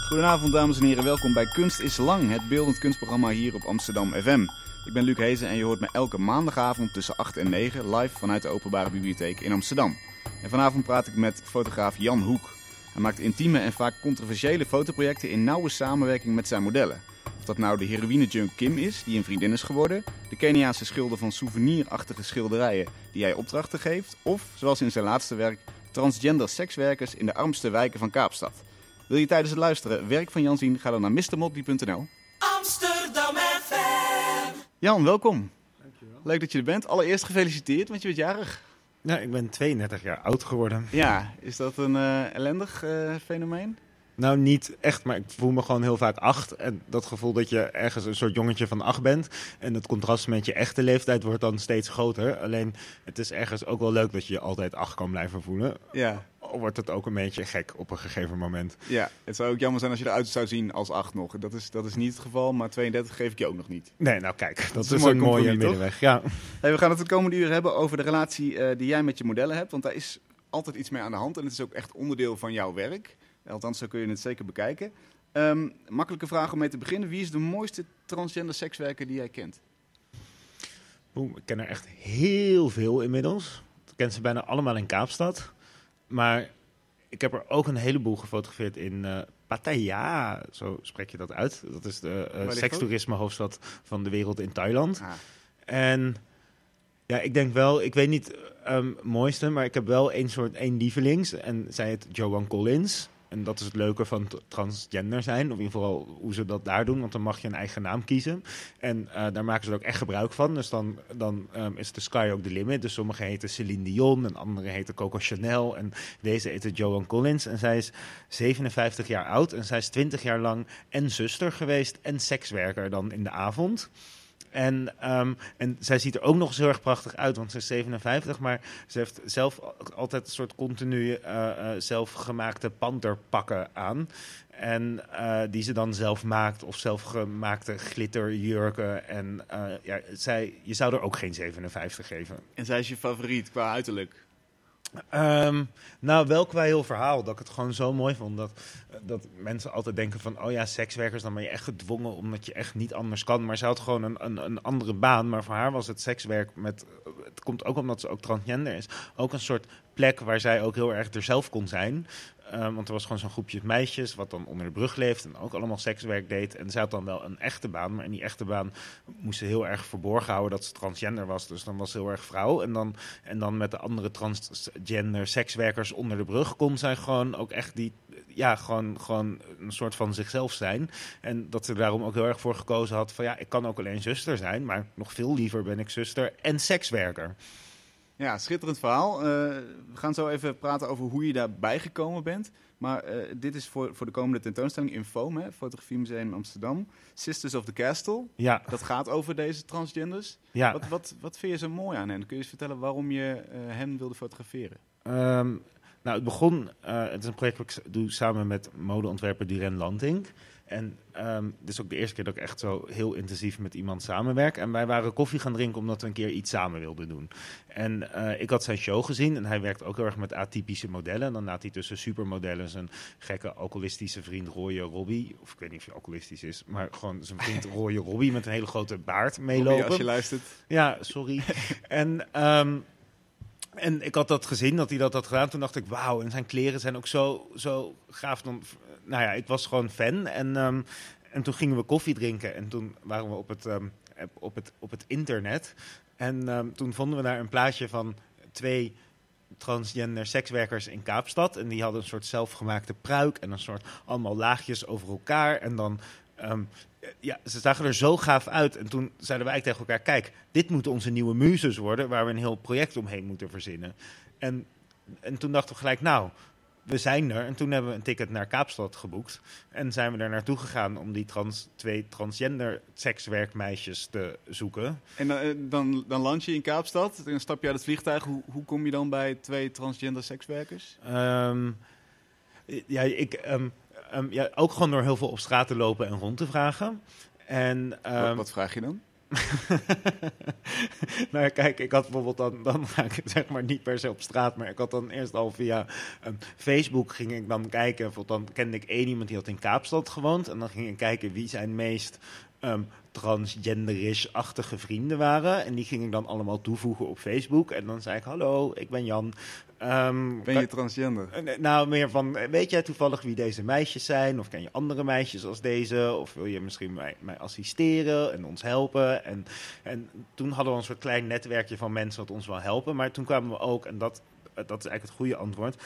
Goedenavond dames en heren, welkom bij Kunst is Lang, het beeldend kunstprogramma hier op Amsterdam FM. Ik ben Luc Hezen en je hoort me elke maandagavond tussen 8 en 9 live vanuit de Openbare Bibliotheek in Amsterdam. En vanavond praat ik met fotograaf Jan Hoek. Hij maakt intieme en vaak controversiële fotoprojecten in nauwe samenwerking met zijn modellen. Of dat nou de heroïne-junk Kim is, die een vriendin is geworden, de Keniaanse schilder van souvenirachtige schilderijen die hij opdrachten geeft, of, zoals in zijn laatste werk, transgender sekswerkers in de armste wijken van Kaapstad. Wil je tijdens het luisteren werk van Jan zien? Ga dan naar mrmotley.nl. Amsterdam FM. Jan, welkom. Dankjewel. Leuk dat je er bent. Allereerst gefeliciteerd, want je bent jarig. Ja, ik ben 32 jaar oud geworden. Ja, is dat een ellendig fenomeen? Nou, niet echt, maar ik voel me gewoon heel vaak 8. En dat gevoel dat je ergens een soort jongetje van 8 bent. En het contrast met je echte leeftijd wordt dan steeds groter. Alleen, het is ergens ook wel leuk dat je je altijd 8 kan blijven voelen. Ja. Al wordt het ook een beetje gek op een gegeven moment. Ja, het zou ook jammer zijn als je eruit zou zien als 8 nog. Dat is niet het geval, maar 32 geef ik je ook nog niet. Nee, nou kijk, dat is is een een mooi mooie compromis, middenweg. Ja. Hey, we gaan het de komende uur hebben over de relatie die jij met je modellen hebt. Want daar is altijd iets mee aan de hand en het is ook echt onderdeel van jouw werk. Althans, zo kun je het zeker bekijken. Makkelijke vraag om mee te beginnen. Wie is de mooiste transgender sekswerker die jij kent? Ik ken er echt heel veel inmiddels. Ik ken ze bijna allemaal in Kaapstad. Maar ik heb er ook een heleboel gefotografeerd in Pattaya, zo spreek je dat uit. Dat is de sekstoerisme hoofdstad van de wereld in Thailand. Ah. En ja, ik denk wel, ik weet niet mooiste, maar ik heb wel één lievelings. En zij heet Joan Collins. En dat is het leuke van transgender zijn. Of in ieder geval hoe ze dat daar doen. Want dan mag je een eigen naam kiezen. En daar maken ze er ook echt gebruik van. Dus dan is de sky ook de limit. Dus sommigen heten Celine Dion. En anderen heten Coco Chanel. En deze heet Joan Collins. En zij is 57 jaar oud. En zij is 20 jaar lang en zuster geweest. En sekswerker dan in de avond. En zij ziet er ook nog eens heel erg prachtig uit, want ze is 57, maar ze heeft zelf altijd een soort continu zelfgemaakte panterpakken aan. En die ze dan zelf maakt, of zelfgemaakte glitterjurken. En je zou er ook geen 57 geven. En zij is je favoriet qua uiterlijk? Nou, wel qua heel verhaal. Dat ik het gewoon zo mooi vond. Dat mensen altijd denken van, oh ja, sekswerkers, dan ben je echt gedwongen omdat je echt niet anders kan. Maar ze had gewoon een andere baan. Maar voor haar was het sekswerk het komt ook omdat ze ook transgender is. Ook een soort plek waar zij ook heel erg zichzelf kon zijn. Want er was gewoon zo'n groepje meisjes wat dan onder de brug leeft en ook allemaal sekswerk deed. En zij had dan wel een echte baan, maar in die echte baan moest ze heel erg verborgen houden dat ze transgender was. Dus dan was ze heel erg vrouw. En dan met de andere transgender sekswerkers onder de brug kon zij gewoon ook echt gewoon een soort van zichzelf zijn. En dat ze er daarom ook heel erg voor gekozen had van ja, ik kan ook alleen zuster zijn, maar nog veel liever ben ik zuster en sekswerker. Ja, schitterend verhaal. We gaan zo even praten over hoe je daarbij gekomen bent. Maar dit is voor de komende tentoonstelling in FOAM, Fotografiemuseum Amsterdam. Sisters of the Castle. Ja. Dat gaat over deze transgenders. Ja. Wat vind je zo mooi aan hen? Kun je eens vertellen waarom je hen wilde fotograferen? Nou, het begon, het is een project dat ik doe samen met modeontwerper Duren Lantink. En dit is ook de eerste keer dat ik echt zo heel intensief met iemand samenwerk. En wij waren koffie gaan drinken omdat we een keer iets samen wilden doen. En ik had zijn show gezien en hij werkt ook heel erg met atypische modellen. En dan laat hij tussen supermodellen zijn gekke alcoholistische vriend Roye Robbie, of ik weet niet of hij alcoholistisch is, maar gewoon zijn vriend Roye Robbie met een hele grote baard meelopen. Robbie, als je luistert. Ja, sorry. En ik had dat gezien, dat hij dat had gedaan. Toen dacht ik, wauw, en zijn kleren zijn ook zo gaaf. Nou ja, ik was gewoon fan. En toen gingen we koffie drinken. En toen waren we op het internet. En toen vonden we daar een plaatje van 2 transgender sekswerkers in Kaapstad. En die hadden een soort zelfgemaakte pruik. En een soort allemaal laagjes over elkaar. En dan ze zagen er zo gaaf uit. En toen zeiden wij tegen elkaar, kijk, dit moeten onze nieuwe muzes worden, waar we een heel project omheen moeten verzinnen. En toen dachten we gelijk, nou, we zijn er. En toen hebben we een ticket naar Kaapstad geboekt. En zijn we daar naartoe gegaan om die 2 transgender sekswerkmeisjes te zoeken. En dan land je in Kaapstad, dan stap je uit het vliegtuig. Hoe kom je dan bij 2 transgender sekswerkers? Ook gewoon door heel veel op straat te lopen en rond te vragen. En, Wat vraag je dan? Nou ja, kijk, ik had bijvoorbeeld dan ga ik zeg maar niet per se op straat, maar ik had dan eerst al via Facebook ging ik dan kijken. Bijvoorbeeld dan kende ik één iemand die had in Kaapstad gewoond en dan ging ik kijken wie zijn meest transgenderish-achtige vrienden waren. En die ging ik dan allemaal toevoegen op Facebook. En dan zei ik, hallo, ik ben Jan. Ben je transgender? Nou, meer van, weet jij toevallig wie deze meisjes zijn? Of ken je andere meisjes als deze? Of wil je misschien mij assisteren en ons helpen? En toen hadden we een soort klein netwerkje van mensen wat ons wil helpen. Maar toen kwamen we ook, en dat is eigenlijk het goede antwoord,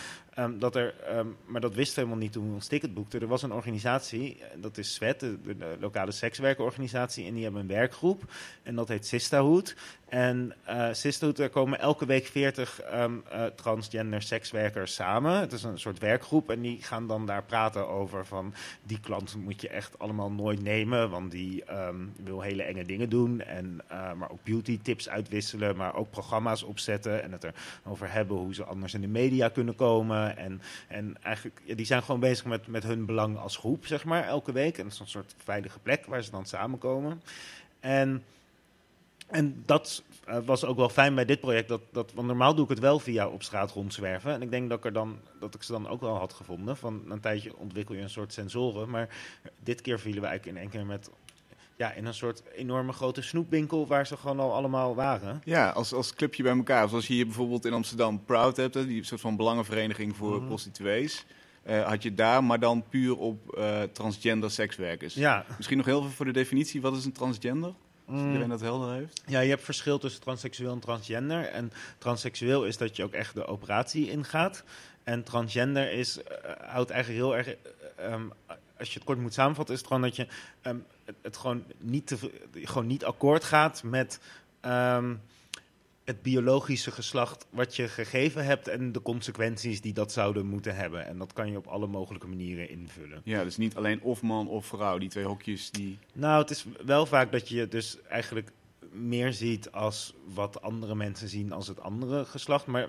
maar dat wisten we helemaal niet toen we ons ticket boekten. Er was een organisatie, dat is SWET, de lokale sekswerkorganisatie, en die hebben een werkgroep. En dat heet Sisterhood. En Sisterhood, daar komen elke week 40 transgender sekswerkers samen. Het is een soort werkgroep en die gaan dan daar praten over van die klant moet je echt allemaal nooit nemen, want die wil hele enge dingen doen. Maar ook beauty tips uitwisselen, maar ook programma's opzetten en het erover hebben hoe ze anders in de media kunnen komen. En eigenlijk, ja, die zijn gewoon bezig met hun belang als groep, zeg maar, elke week. En dat is een soort veilige plek waar ze dan samenkomen. En dat was ook wel fijn bij dit project. Want normaal doe ik het wel via op straat rondzwerven. En ik denk dat ik ze dan ook wel had gevonden. Van een tijdje ontwikkel je een soort sensoren. Maar dit keer vielen we eigenlijk in één keer met in een soort enorme grote snoepwinkel waar ze gewoon al allemaal waren. Ja, als clubje bij elkaar. Zoals je hier bijvoorbeeld in Amsterdam Proud hebt, die soort van belangenvereniging voor prostituees. Had je daar, maar dan puur op transgender sekswerkers. Ja. Misschien nog heel veel voor de definitie. Wat is een transgender? Als iedereen dat helder heeft. Ja, je hebt verschil tussen transseksueel en transgender. En transseksueel is dat je ook echt de operatie ingaat. En transgender houdt eigenlijk heel erg... als je het kort moet samenvatten, is het gewoon dat je het gewoon niet akkoord gaat met het biologische geslacht wat je gegeven hebt en de consequenties die dat zouden moeten hebben. En dat kan je op alle mogelijke manieren invullen. Ja, dus niet alleen of man of vrouw, die twee hokjes die... Nou, het is wel vaak dat je dus eigenlijk meer ziet als wat andere mensen zien als het andere geslacht. Maar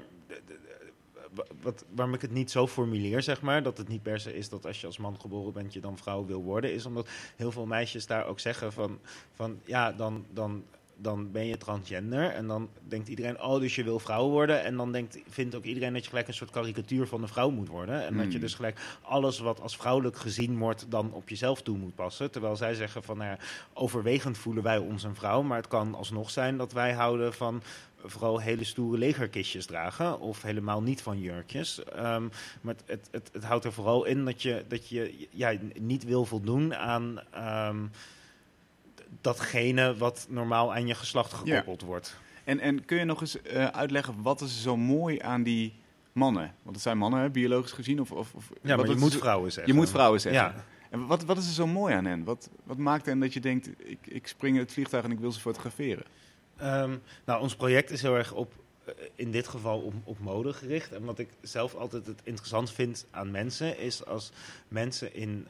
waarom ik het niet zo formuleer, zeg maar, dat het niet per se is dat als je als man geboren bent, je dan vrouw wil worden, is omdat heel veel meisjes daar ook zeggen van ja, dan ben je transgender. En dan denkt iedereen, oh, dus je wil vrouw worden. En dan vindt ook iedereen dat je gelijk een soort karikatuur van een vrouw moet worden. En dat je dus gelijk alles wat als vrouwelijk gezien wordt dan op jezelf toe moet passen. Terwijl zij zeggen van, nou ja, overwegend voelen wij ons een vrouw. Maar het kan alsnog zijn dat wij houden van vooral hele stoere legerkistjes dragen. Of helemaal niet van jurkjes. Maar het houdt er vooral in dat je niet wil voldoen aan datgene wat normaal aan je geslacht gekoppeld wordt. En kun je nog eens uitleggen, wat is zo mooi aan die mannen? Want het zijn mannen, hè, biologisch gezien. Ja, maar je moet vrouwen zeggen. Je moet vrouwen zeggen. Ja. En wat is er zo mooi aan hen? Wat maakt hen dat je denkt, ik spring in het vliegtuig en ik wil ze fotograferen? Nou, ons project is heel erg in dit geval op mode gericht. En wat ik zelf altijd het interessant vind aan mensen, is als mensen in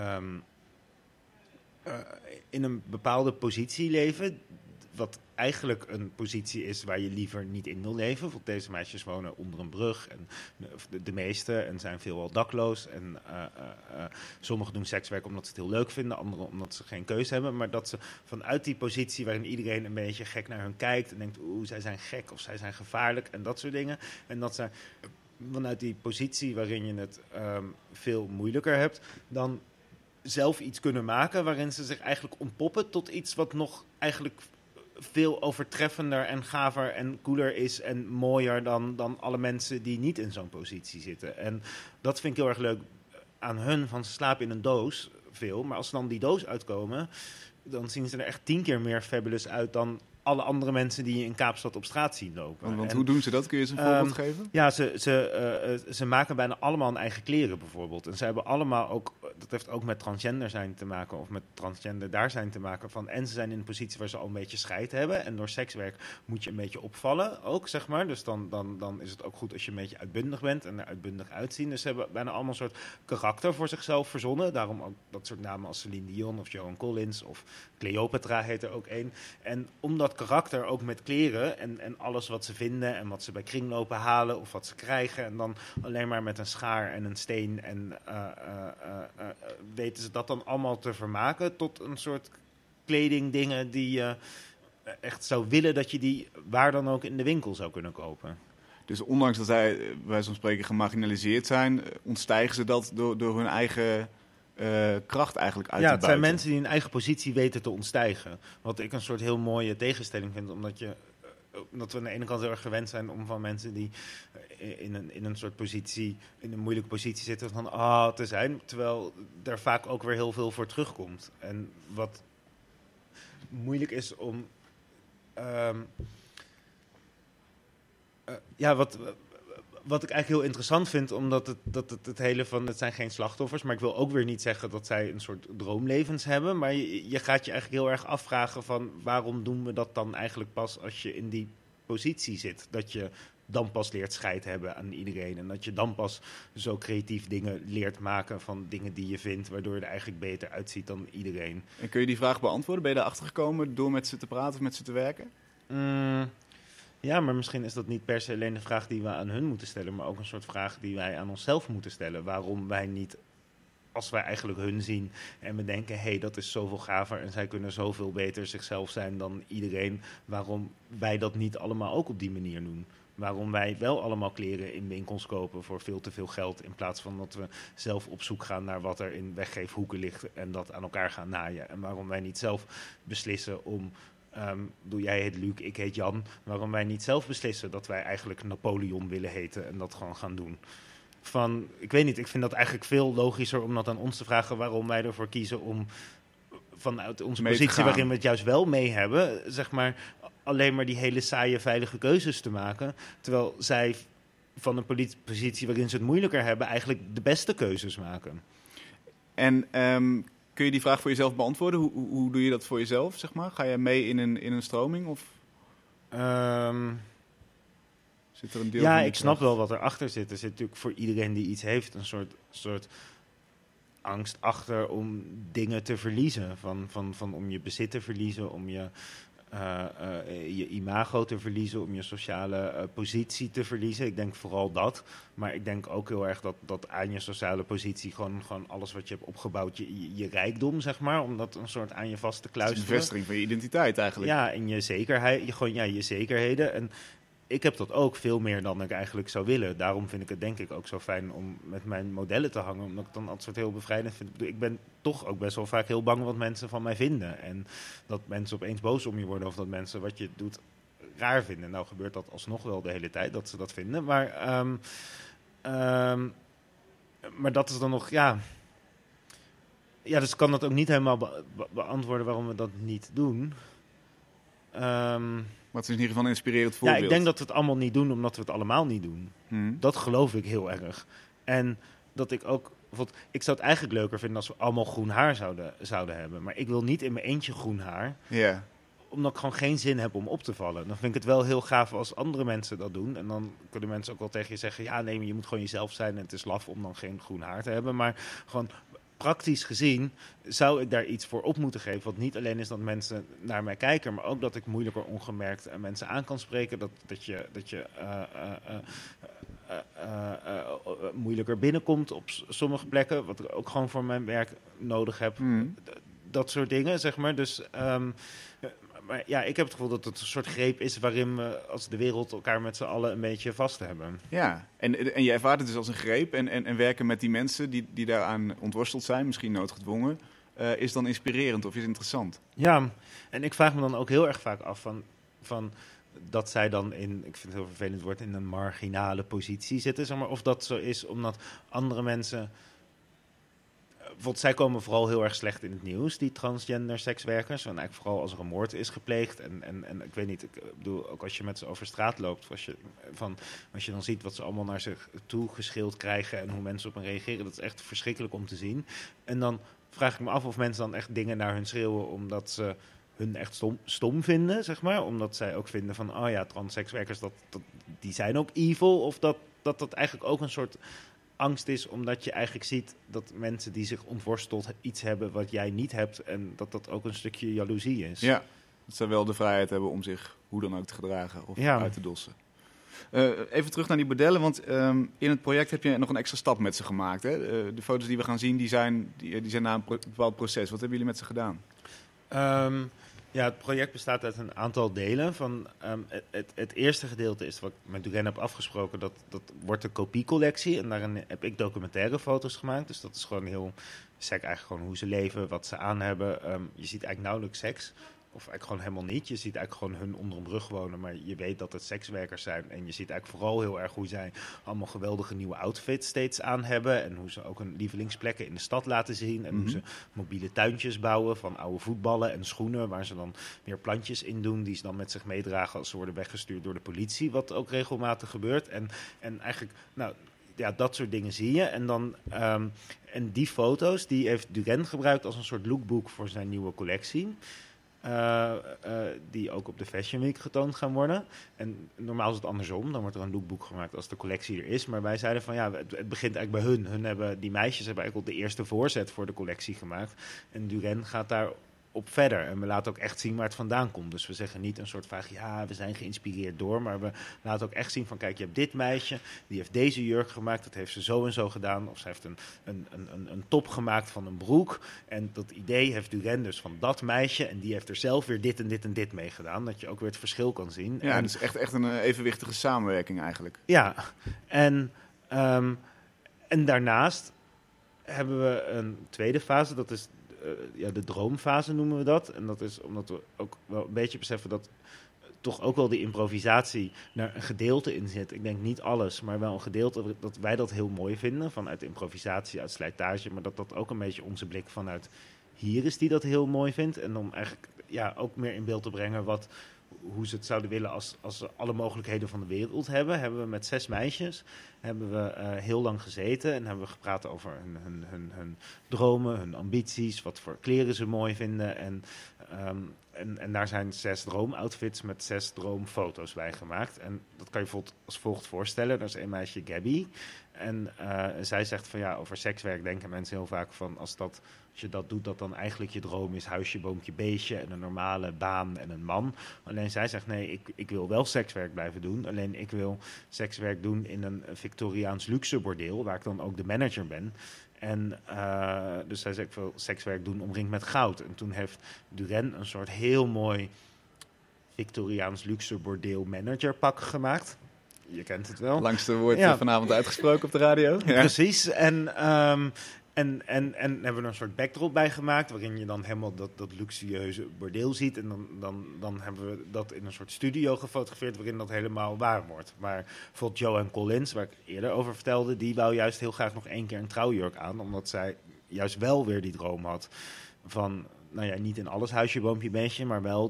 een bepaalde positie leven, wat eigenlijk een positie is waar je liever niet in wil leven. Want deze meisjes wonen onder een brug, en de meeste, en zijn veelal dakloos. En sommigen doen sekswerk omdat ze het heel leuk vinden, anderen omdat ze geen keuze hebben. Maar dat ze vanuit die positie waarin iedereen een beetje gek naar hun kijkt en denkt, zij zijn gek of zij zijn gevaarlijk en dat soort dingen. En dat ze vanuit die positie waarin je het veel moeilijker hebt, dan zelf iets kunnen maken waarin ze zich eigenlijk ontpoppen tot iets wat nog eigenlijk veel overtreffender en gaver en cooler is en mooier dan alle mensen die niet in zo'n positie zitten. En dat vind ik heel erg leuk aan hun, van ze slapen in een doos, veel. Maar als ze dan die doos uitkomen, dan zien ze er echt 10 keer meer fabulous uit dan alle andere mensen die je in Kaapstad op straat zien lopen. Want hoe doen ze dat? Kun je eens een voorbeeld geven? Ja, ze maken bijna allemaal hun eigen kleren bijvoorbeeld. En ze hebben allemaal ook, dat heeft ook met transgender zijn te maken of met transgender daar zijn te maken. En ze zijn in een positie waar ze al een beetje scheid hebben. En door sekswerk moet je een beetje opvallen ook, zeg maar. Dus dan is het ook goed als je een beetje uitbundig bent en er uitbundig uitzien. Dus ze hebben bijna allemaal een soort karakter voor zichzelf verzonnen. Daarom ook dat soort namen als Celine Dion of Joan Collins of Cleopatra heet er ook één. En omdat karakter ook met kleren en alles wat ze vinden en wat ze bij kringlopen halen of wat ze krijgen en dan alleen maar met een schaar en een steen en weten ze dat dan allemaal te vermaken tot een soort kledingdingen die echt zou willen dat je die waar dan ook in de winkel zou kunnen kopen. Dus ondanks dat zij, bij wijze van spreken, gemarginaliseerd zijn, ontstijgen ze dat door hun eigen kracht eigenlijk uit te buiten. Ja, het zijn mensen die hun eigen positie weten te ontstijgen. Wat ik een soort heel mooie tegenstelling vind, omdat we aan de ene kant heel erg gewend zijn om van mensen die in een soort positie, in een moeilijke positie zitten, van te zijn. Terwijl er vaak ook weer heel veel voor terugkomt. En wat moeilijk is om... Wat ik eigenlijk heel interessant vind, omdat het hele van, het zijn geen slachtoffers, maar ik wil ook weer niet zeggen dat zij een soort droomlevens hebben. Maar je gaat je eigenlijk heel erg afvragen van, waarom doen we dat dan eigenlijk pas als je in die positie zit? Dat je dan pas leert scheid hebben aan iedereen. En dat je dan pas zo creatief dingen leert maken van dingen die je vindt, waardoor je er eigenlijk beter uitziet dan iedereen. En kun je die vraag beantwoorden? Ben je daarachter gekomen door met ze te praten of met ze te werken? Ja, maar misschien is dat niet per se alleen de vraag die we aan hun moeten stellen, maar ook een soort vraag die wij aan onszelf moeten stellen. Waarom wij niet, als wij eigenlijk hun zien en we denken, hé, dat is zoveel gaver en zij kunnen zoveel beter zichzelf zijn dan iedereen, waarom wij dat niet allemaal ook op die manier doen? Waarom wij wel allemaal kleren in winkels kopen voor veel te veel geld, in plaats van dat we zelf op zoek gaan naar wat er in weggeefhoeken ligt en dat aan elkaar gaan naaien. En waarom wij niet zelf beslissen om... doe jij heet Luc, ik heet Jan. Waarom wij niet zelf beslissen dat wij eigenlijk Napoleon willen heten en dat gewoon gaan doen. Ik weet niet, ik vind dat eigenlijk veel logischer om dat aan ons te vragen waarom wij ervoor kiezen om vanuit onze positie waarin we het juist wel mee hebben, zeg maar, alleen maar die hele saaie, veilige keuzes te maken. Terwijl zij van een positie waarin ze het moeilijker hebben, eigenlijk de beste keuzes maken. En kun je die vraag voor jezelf beantwoorden? Hoe doe je dat voor jezelf, zeg maar? Ga je mee in een stroming? Of zit er een deel ja, van ik snap wel wat erachter zit. Er zit natuurlijk voor iedereen die iets heeft een soort angst achter om dingen te verliezen. Van om je bezit te verliezen, om je imago te verliezen, om je sociale positie te verliezen. Ik denk vooral dat. Maar ik denk ook heel erg dat aan je sociale positie gewoon alles wat je hebt opgebouwd, je rijkdom, zeg maar, om dat een soort aan je vast te kluisteren. Het is een bevestiging van je identiteit eigenlijk. Ja, en je zekerheid, je zekerheden. En ik heb dat ook veel meer dan ik eigenlijk zou willen. Daarom vind ik het denk ik ook zo fijn om met mijn modellen te hangen. Omdat ik dan altijd soort heel bevrijdend vind. Ik ben toch ook best wel vaak heel bang wat mensen van mij vinden. En dat mensen opeens boos om je worden. Of dat mensen wat je doet raar vinden. Nou gebeurt dat alsnog wel de hele tijd dat ze dat vinden. Maar dat is dan nog, ja... Ja, dus ik kan dat ook niet helemaal beantwoorden waarom we dat niet doen. Maar het is in ieder geval een inspirerend voorbeeld. Ja, ik denk dat we het allemaal niet doen omdat we het allemaal niet doen. Dat geloof ik heel erg. En dat ik ook... Ik zou het eigenlijk leuker vinden als we allemaal groen haar zouden hebben. Maar ik wil niet in mijn eentje groen haar. Yeah. Omdat ik gewoon geen zin heb om op te vallen. Dan vind ik het wel heel gaaf als andere mensen dat doen. En dan kunnen mensen ook wel tegen je zeggen... ja, nee, maar je moet gewoon jezelf zijn en het is laf om dan geen groen haar te hebben. Maar gewoon... praktisch gezien zou ik daar iets voor op moeten geven. Wat niet alleen is dat mensen naar mij kijken, maar ook dat ik moeilijker ongemerkt mensen aan kan spreken. Dat je moeilijker binnenkomt op sommige plekken. Wat ik ook gewoon voor mijn werk nodig heb. Dat soort dingen, zeg maar. Dus... maar ja, ik heb het gevoel dat het een soort greep is waarin we als de wereld elkaar met z'n allen een beetje vast hebben. Ja, en je ervaart het dus als een greep en werken met die mensen die daaraan ontworsteld zijn, misschien noodgedwongen, is dan inspirerend of is interessant? Ja, en ik vraag me dan ook heel erg vaak af van dat zij dan ik vind het heel vervelend woord, in een marginale positie zitten, zeg maar. Of dat zo is omdat andere mensen... Want zij komen vooral heel erg slecht in het nieuws, die transgender sekswerkers. En eigenlijk vooral als er een moord is gepleegd. En ik weet niet, ik bedoel, ook als je met ze over straat loopt, als je dan ziet wat ze allemaal naar zich toe geschild krijgen en hoe mensen op hen reageren, dat is echt verschrikkelijk om te zien. En dan vraag ik me af of mensen dan echt dingen naar hun schreeuwen omdat ze hun echt stom vinden, zeg maar. Omdat zij ook vinden van, oh ja, transsekswerkers, die zijn ook evil. Of dat eigenlijk ook een soort... angst is omdat je eigenlijk ziet dat mensen die zich ontworsteld iets hebben wat jij niet hebt en dat ook een stukje jaloezie is. Ja, dat ze wel de vrijheid hebben om zich hoe dan ook te gedragen of uit te dossen. Even terug naar die modellen, want in het project heb je nog een extra stap met ze gemaakt. Hè? De foto's die we gaan zien, die zijn na een bepaald proces. Wat hebben jullie met ze gedaan? Ja, het project bestaat uit een aantal delen. Het eerste gedeelte is wat ik met Duren heb afgesproken. Dat wordt de kopiecollectie. En daarin heb ik documentaire foto's gemaakt. Dus dat is gewoon heel sec, eigenlijk gewoon hoe ze leven, wat ze aan hebben. Je ziet eigenlijk nauwelijks seks. Of eigenlijk gewoon helemaal niet. Je ziet eigenlijk gewoon hun onder een brug wonen. Maar je weet dat het sekswerkers zijn. En je ziet eigenlijk vooral heel erg hoe zij allemaal geweldige nieuwe outfits steeds aan hebben. En hoe ze ook hun lievelingsplekken in de stad laten zien. En hoe ze mobiele tuintjes bouwen van oude voetballen en schoenen. Waar ze dan weer plantjes in doen. Die ze dan met zich meedragen als ze worden weggestuurd door de politie. Wat ook regelmatig gebeurt. En eigenlijk, ja, dat soort dingen zie je. En dan en die foto's, die heeft Duren gebruikt als een soort lookbook voor zijn nieuwe collectie. Die ook op de Fashion Week getoond gaan worden. En normaal is het andersom. Dan wordt er een lookbook gemaakt als de collectie er is. Maar wij zeiden van ja, het begint eigenlijk bij hun. Die meisjes hebben eigenlijk al de eerste voorzet voor de collectie gemaakt. En Duren gaat daar op verder. En we laten ook echt zien waar het vandaan komt. Dus we zeggen niet een soort vraag, ja, we zijn geïnspireerd door. Maar we laten ook echt zien van, kijk, je hebt dit meisje. Die heeft deze jurk gemaakt. Dat heeft ze zo en zo gedaan. Of ze heeft een top gemaakt van een broek. En dat idee heeft Duren dus van dat meisje. En die heeft er zelf weer dit en dit en dit mee gedaan. Dat je ook weer het verschil kan zien. Ja, het is echt een evenwichtige samenwerking eigenlijk. Ja, en daarnaast hebben we een tweede fase. Dat is de droomfase noemen we dat. En dat is omdat we ook wel een beetje beseffen dat toch ook wel de improvisatie naar een gedeelte in zit. Ik denk niet alles, maar wel een gedeelte dat wij dat heel mooi vinden. Vanuit improvisatie, uit slijtage. Maar dat ook een beetje onze blik vanuit hier is die dat heel mooi vindt. En om eigenlijk ook meer in beeld te brengen hoe ze het zouden willen als ze alle mogelijkheden van de wereld hebben we met 6 meisjes heel lang gezeten en hebben we gepraat over hun dromen, hun ambities, wat voor kleren ze mooi vinden. En daar zijn 6 droomoutfits met 6 droomfoto's bij gemaakt. En dat kan je bijvoorbeeld als volgt voorstellen. Er is een meisje, Gabby. En zij zegt van ja, over sekswerk denken mensen heel vaak van als je dat doet, dat dan eigenlijk je droom is huisje, boompje, beestje en een normale baan en een man. Alleen zij zegt nee, ik wil wel sekswerk blijven doen. Alleen ik wil sekswerk doen in een Victoriaans luxe bordeel, waar ik dan ook de manager ben. En dus zij zegt, ik wil sekswerk doen omringd met goud. En toen heeft Duren een soort heel mooi Victoriaans luxe bordeel managerpak gemaakt. Je kent het wel. Langste woord vanavond uitgesproken op de radio. Ja. Precies. En hebben we er een soort backdrop bij gemaakt, waarin je dan helemaal dat luxueuze bordeel ziet. En dan hebben we dat in een soort studio gefotografeerd, waarin dat helemaal waar wordt. Maar bijvoorbeeld Joanne Collins, waar ik eerder over vertelde, die wou juist heel graag nog 1 keer een trouwjurk aan, omdat zij juist wel weer die droom had van, nou ja, niet in alles huisje, boompje, beestje, maar wel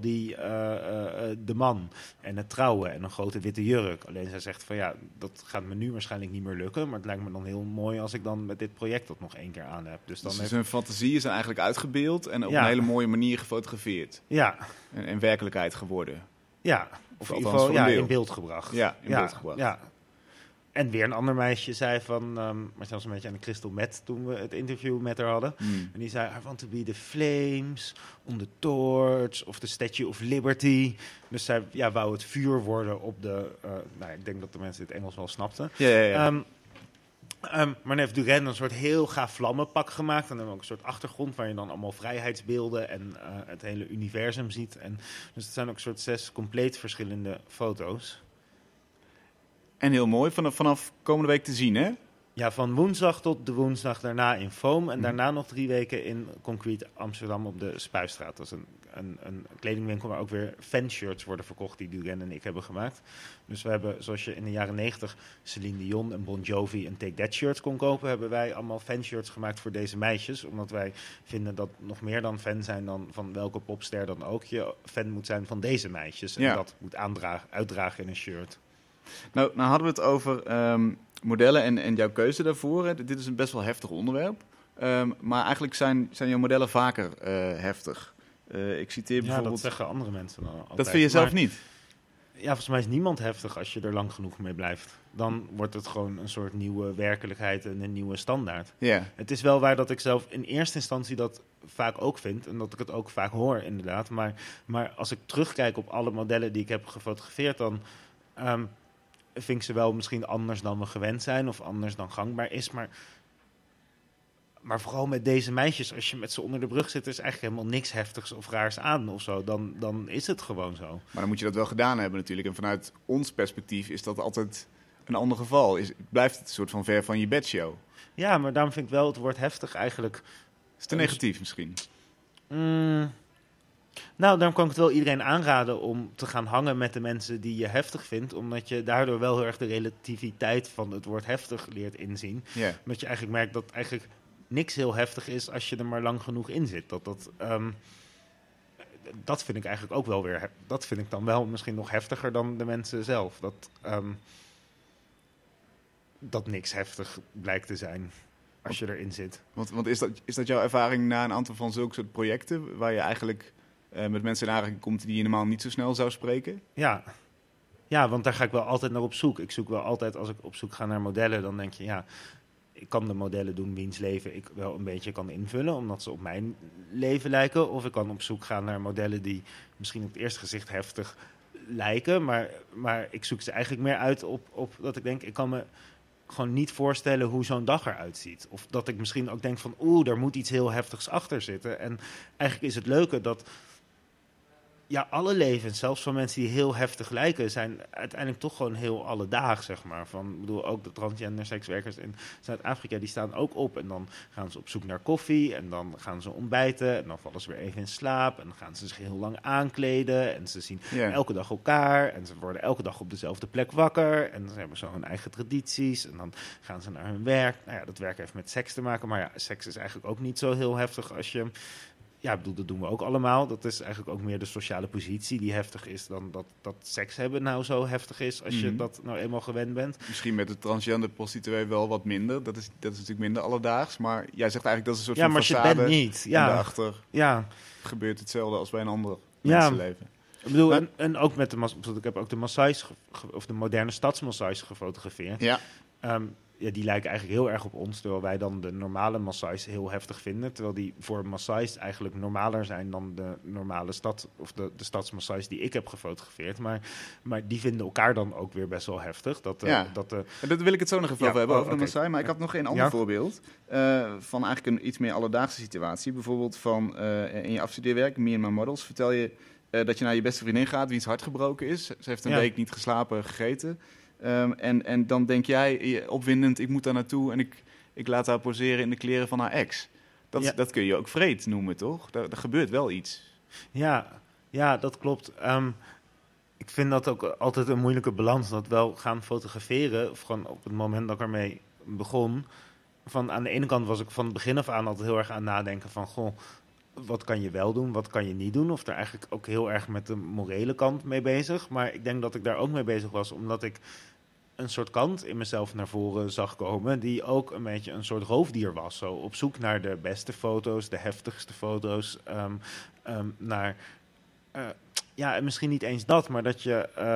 de man en het trouwen en een grote witte jurk. Alleen zij zegt van ja, dat gaat me nu waarschijnlijk niet meer lukken, maar het lijkt me dan heel mooi als ik dan met dit project dat nog 1 keer aan heb. Dus hun fantasieën zijn eigenlijk uitgebeeld en op een hele mooie manier gefotografeerd. Ja. En werkelijkheid geworden. Ja, of in ieder geval in beeld gebracht. Ja, in beeld gebracht. Ja. En weer een ander meisje zei van, maar zelfs een beetje aan de crystal meth toen we het interview met haar hadden. En die zei, I want to be the flames on the torch of the Statue of Liberty. Dus zij wou het vuur worden op de, ik denk dat de mensen dit Engels wel snapten. Ja. Maar dan heeft Duren een soort heel gaaf vlammenpak gemaakt. En dan ook een soort achtergrond waar je dan allemaal vrijheidsbeelden en het hele universum ziet. En dus het zijn ook een soort 6 compleet verschillende foto's. En heel mooi, vanaf komende week te zien, hè? Ja, van woensdag tot de woensdag daarna in Foam. En daarna nog 3 weken in Concrete Amsterdam op de Spuistraat. Dat is een kledingwinkel waar ook weer fanshirts worden verkocht die Duren en ik hebben gemaakt. Dus we hebben, zoals je in de jaren 90 Celine Dion en Bon Jovi en Take That shirts kon kopen, hebben wij allemaal fanshirts gemaakt voor deze meisjes. Omdat wij vinden dat nog meer dan fan zijn dan van welke popster dan ook, je fan moet zijn van deze meisjes. En dat moet uitdragen in een shirt. Nou hadden we het over modellen en jouw keuze daarvoor. Hè. Dit is een best wel heftig onderwerp. Maar eigenlijk zijn jouw modellen vaker heftig. Ik citeer bijvoorbeeld... dat zeggen andere mensen dan altijd. Dat vind je zelf niet? Ja, volgens mij is niemand heftig als je er lang genoeg mee blijft. Dan wordt het gewoon een soort nieuwe werkelijkheid en een nieuwe standaard. Yeah. Het is wel waar dat ik zelf in eerste instantie dat vaak ook vind. En dat ik het ook vaak hoor, inderdaad. Maar als ik terugkijk op alle modellen die ik heb gefotografeerd, dan vind ik ze wel misschien anders dan we gewend zijn of anders dan gangbaar is. Maar Maar vooral met deze meisjes, als je met ze onder de brug zit, is eigenlijk helemaal niks heftigs of raars aan of zo. Dan is het gewoon zo. Maar dan moet je dat wel gedaan hebben natuurlijk. En vanuit ons perspectief is dat altijd een ander geval. Blijft het een soort van ver van je bedshow. Ja, maar daarom vind ik wel het woord heftig eigenlijk... Is te negatief misschien? Nou, daarom kan ik het wel iedereen aanraden om te gaan hangen met de mensen die je heftig vindt. Omdat je daardoor wel heel erg de relativiteit van het woord heftig leert inzien. Ja. Omdat je eigenlijk merkt dat eigenlijk niks heel heftig is als je er maar lang genoeg in zit. Dat vind ik eigenlijk ook wel weer... Dat vind ik dan wel misschien nog heftiger dan de mensen zelf. Dat niks heftig blijkt te zijn als je erin zit. Want is dat jouw ervaring na een aantal van zulke soort projecten... waar je eigenlijk met mensen in aanraking komt die je normaal niet zo snel zou spreken? Ja, want daar ga ik wel altijd naar op zoek. Ik zoek wel altijd, als ik op zoek ga naar modellen, dan denk je... ja, ik kan de modellen doen wiens leven ik wel een beetje kan invullen... omdat ze op mijn leven lijken. Of ik kan op zoek gaan naar modellen die misschien op het eerste gezicht heftig lijken... maar ik zoek ze eigenlijk meer uit op dat ik denk... ik kan me gewoon niet voorstellen hoe zo'n dag eruit ziet. Of dat ik misschien ook denk van... er moet iets heel heftigs achter zitten. En eigenlijk is het leuke dat... ja, alle levens, zelfs van mensen die heel heftig lijken... zijn uiteindelijk toch gewoon heel alledaags, zeg maar. Ik bedoel, ook de transgender sekswerkers in Zuid-Afrika... die staan ook op en dan gaan ze op zoek naar koffie... en dan gaan ze ontbijten en dan vallen ze weer even in slaap... en dan gaan ze zich heel lang aankleden... en ze zien elke dag elkaar... en ze worden elke dag op dezelfde plek wakker... en ze hebben zo hun eigen tradities... en dan gaan ze naar hun werk. Nou ja, dat werk heeft met seks te maken... maar ja, seks is eigenlijk ook niet zo heel heftig als je... Ja, ik bedoel, dat doen we ook allemaal. Dat is eigenlijk ook meer de sociale positie die heftig is... dan dat seks hebben nou zo heftig is... als je dat nou eenmaal gewend bent. Misschien met de transgender prostituee wel wat minder. Dat is natuurlijk minder alledaags. Maar jij zegt eigenlijk dat is een soort van façade. Ja, maar je bent niet. Ja. En daarachter gebeurt hetzelfde als bij een ander mensenleven. Ik bedoel, en ook met ik heb ook de Maasais... of de moderne stadsmassais gefotografeerd. Ja. Die lijken eigenlijk heel erg op ons, terwijl wij dan de normale Maasais heel heftig vinden. Terwijl die voor Maasais eigenlijk normaler zijn dan de normale stad, of de stadsmaasais die ik heb gefotografeerd. Maar die vinden elkaar dan ook weer best wel heftig. En dat wil ik het zo nog even over hebben, over de Maasai. Maar ik had nog een ander voorbeeld van eigenlijk een iets meer alledaagse situatie. Bijvoorbeeld van in je afstudeerwerk, Me and My Models, vertel je dat je naar je beste vriendin gaat, wiens hart gebroken is. Ze heeft een week niet geslapen, gegeten. En dan denk jij, opwindend, ik moet daar naartoe en ik laat haar poseren in de kleren van haar ex. Dat kun je ook vreed noemen, toch? Daar gebeurt wel iets. Ja, dat klopt. Ik vind dat ook altijd een moeilijke balans. Dat wel gaan fotograferen, of gewoon op het moment dat ik ermee begon. Aan de ene kant was ik van het begin af aan altijd heel erg aan nadenken van... goh, wat kan je wel doen, wat kan je niet doen? Of daar eigenlijk ook heel erg met de morele kant mee bezig. Maar ik denk dat ik daar ook mee bezig was, omdat ik een soort kant in mezelf naar voren zag komen... die ook een beetje een soort roofdier was. Zo op zoek naar de beste foto's, de heftigste foto's. En misschien niet eens dat, maar dat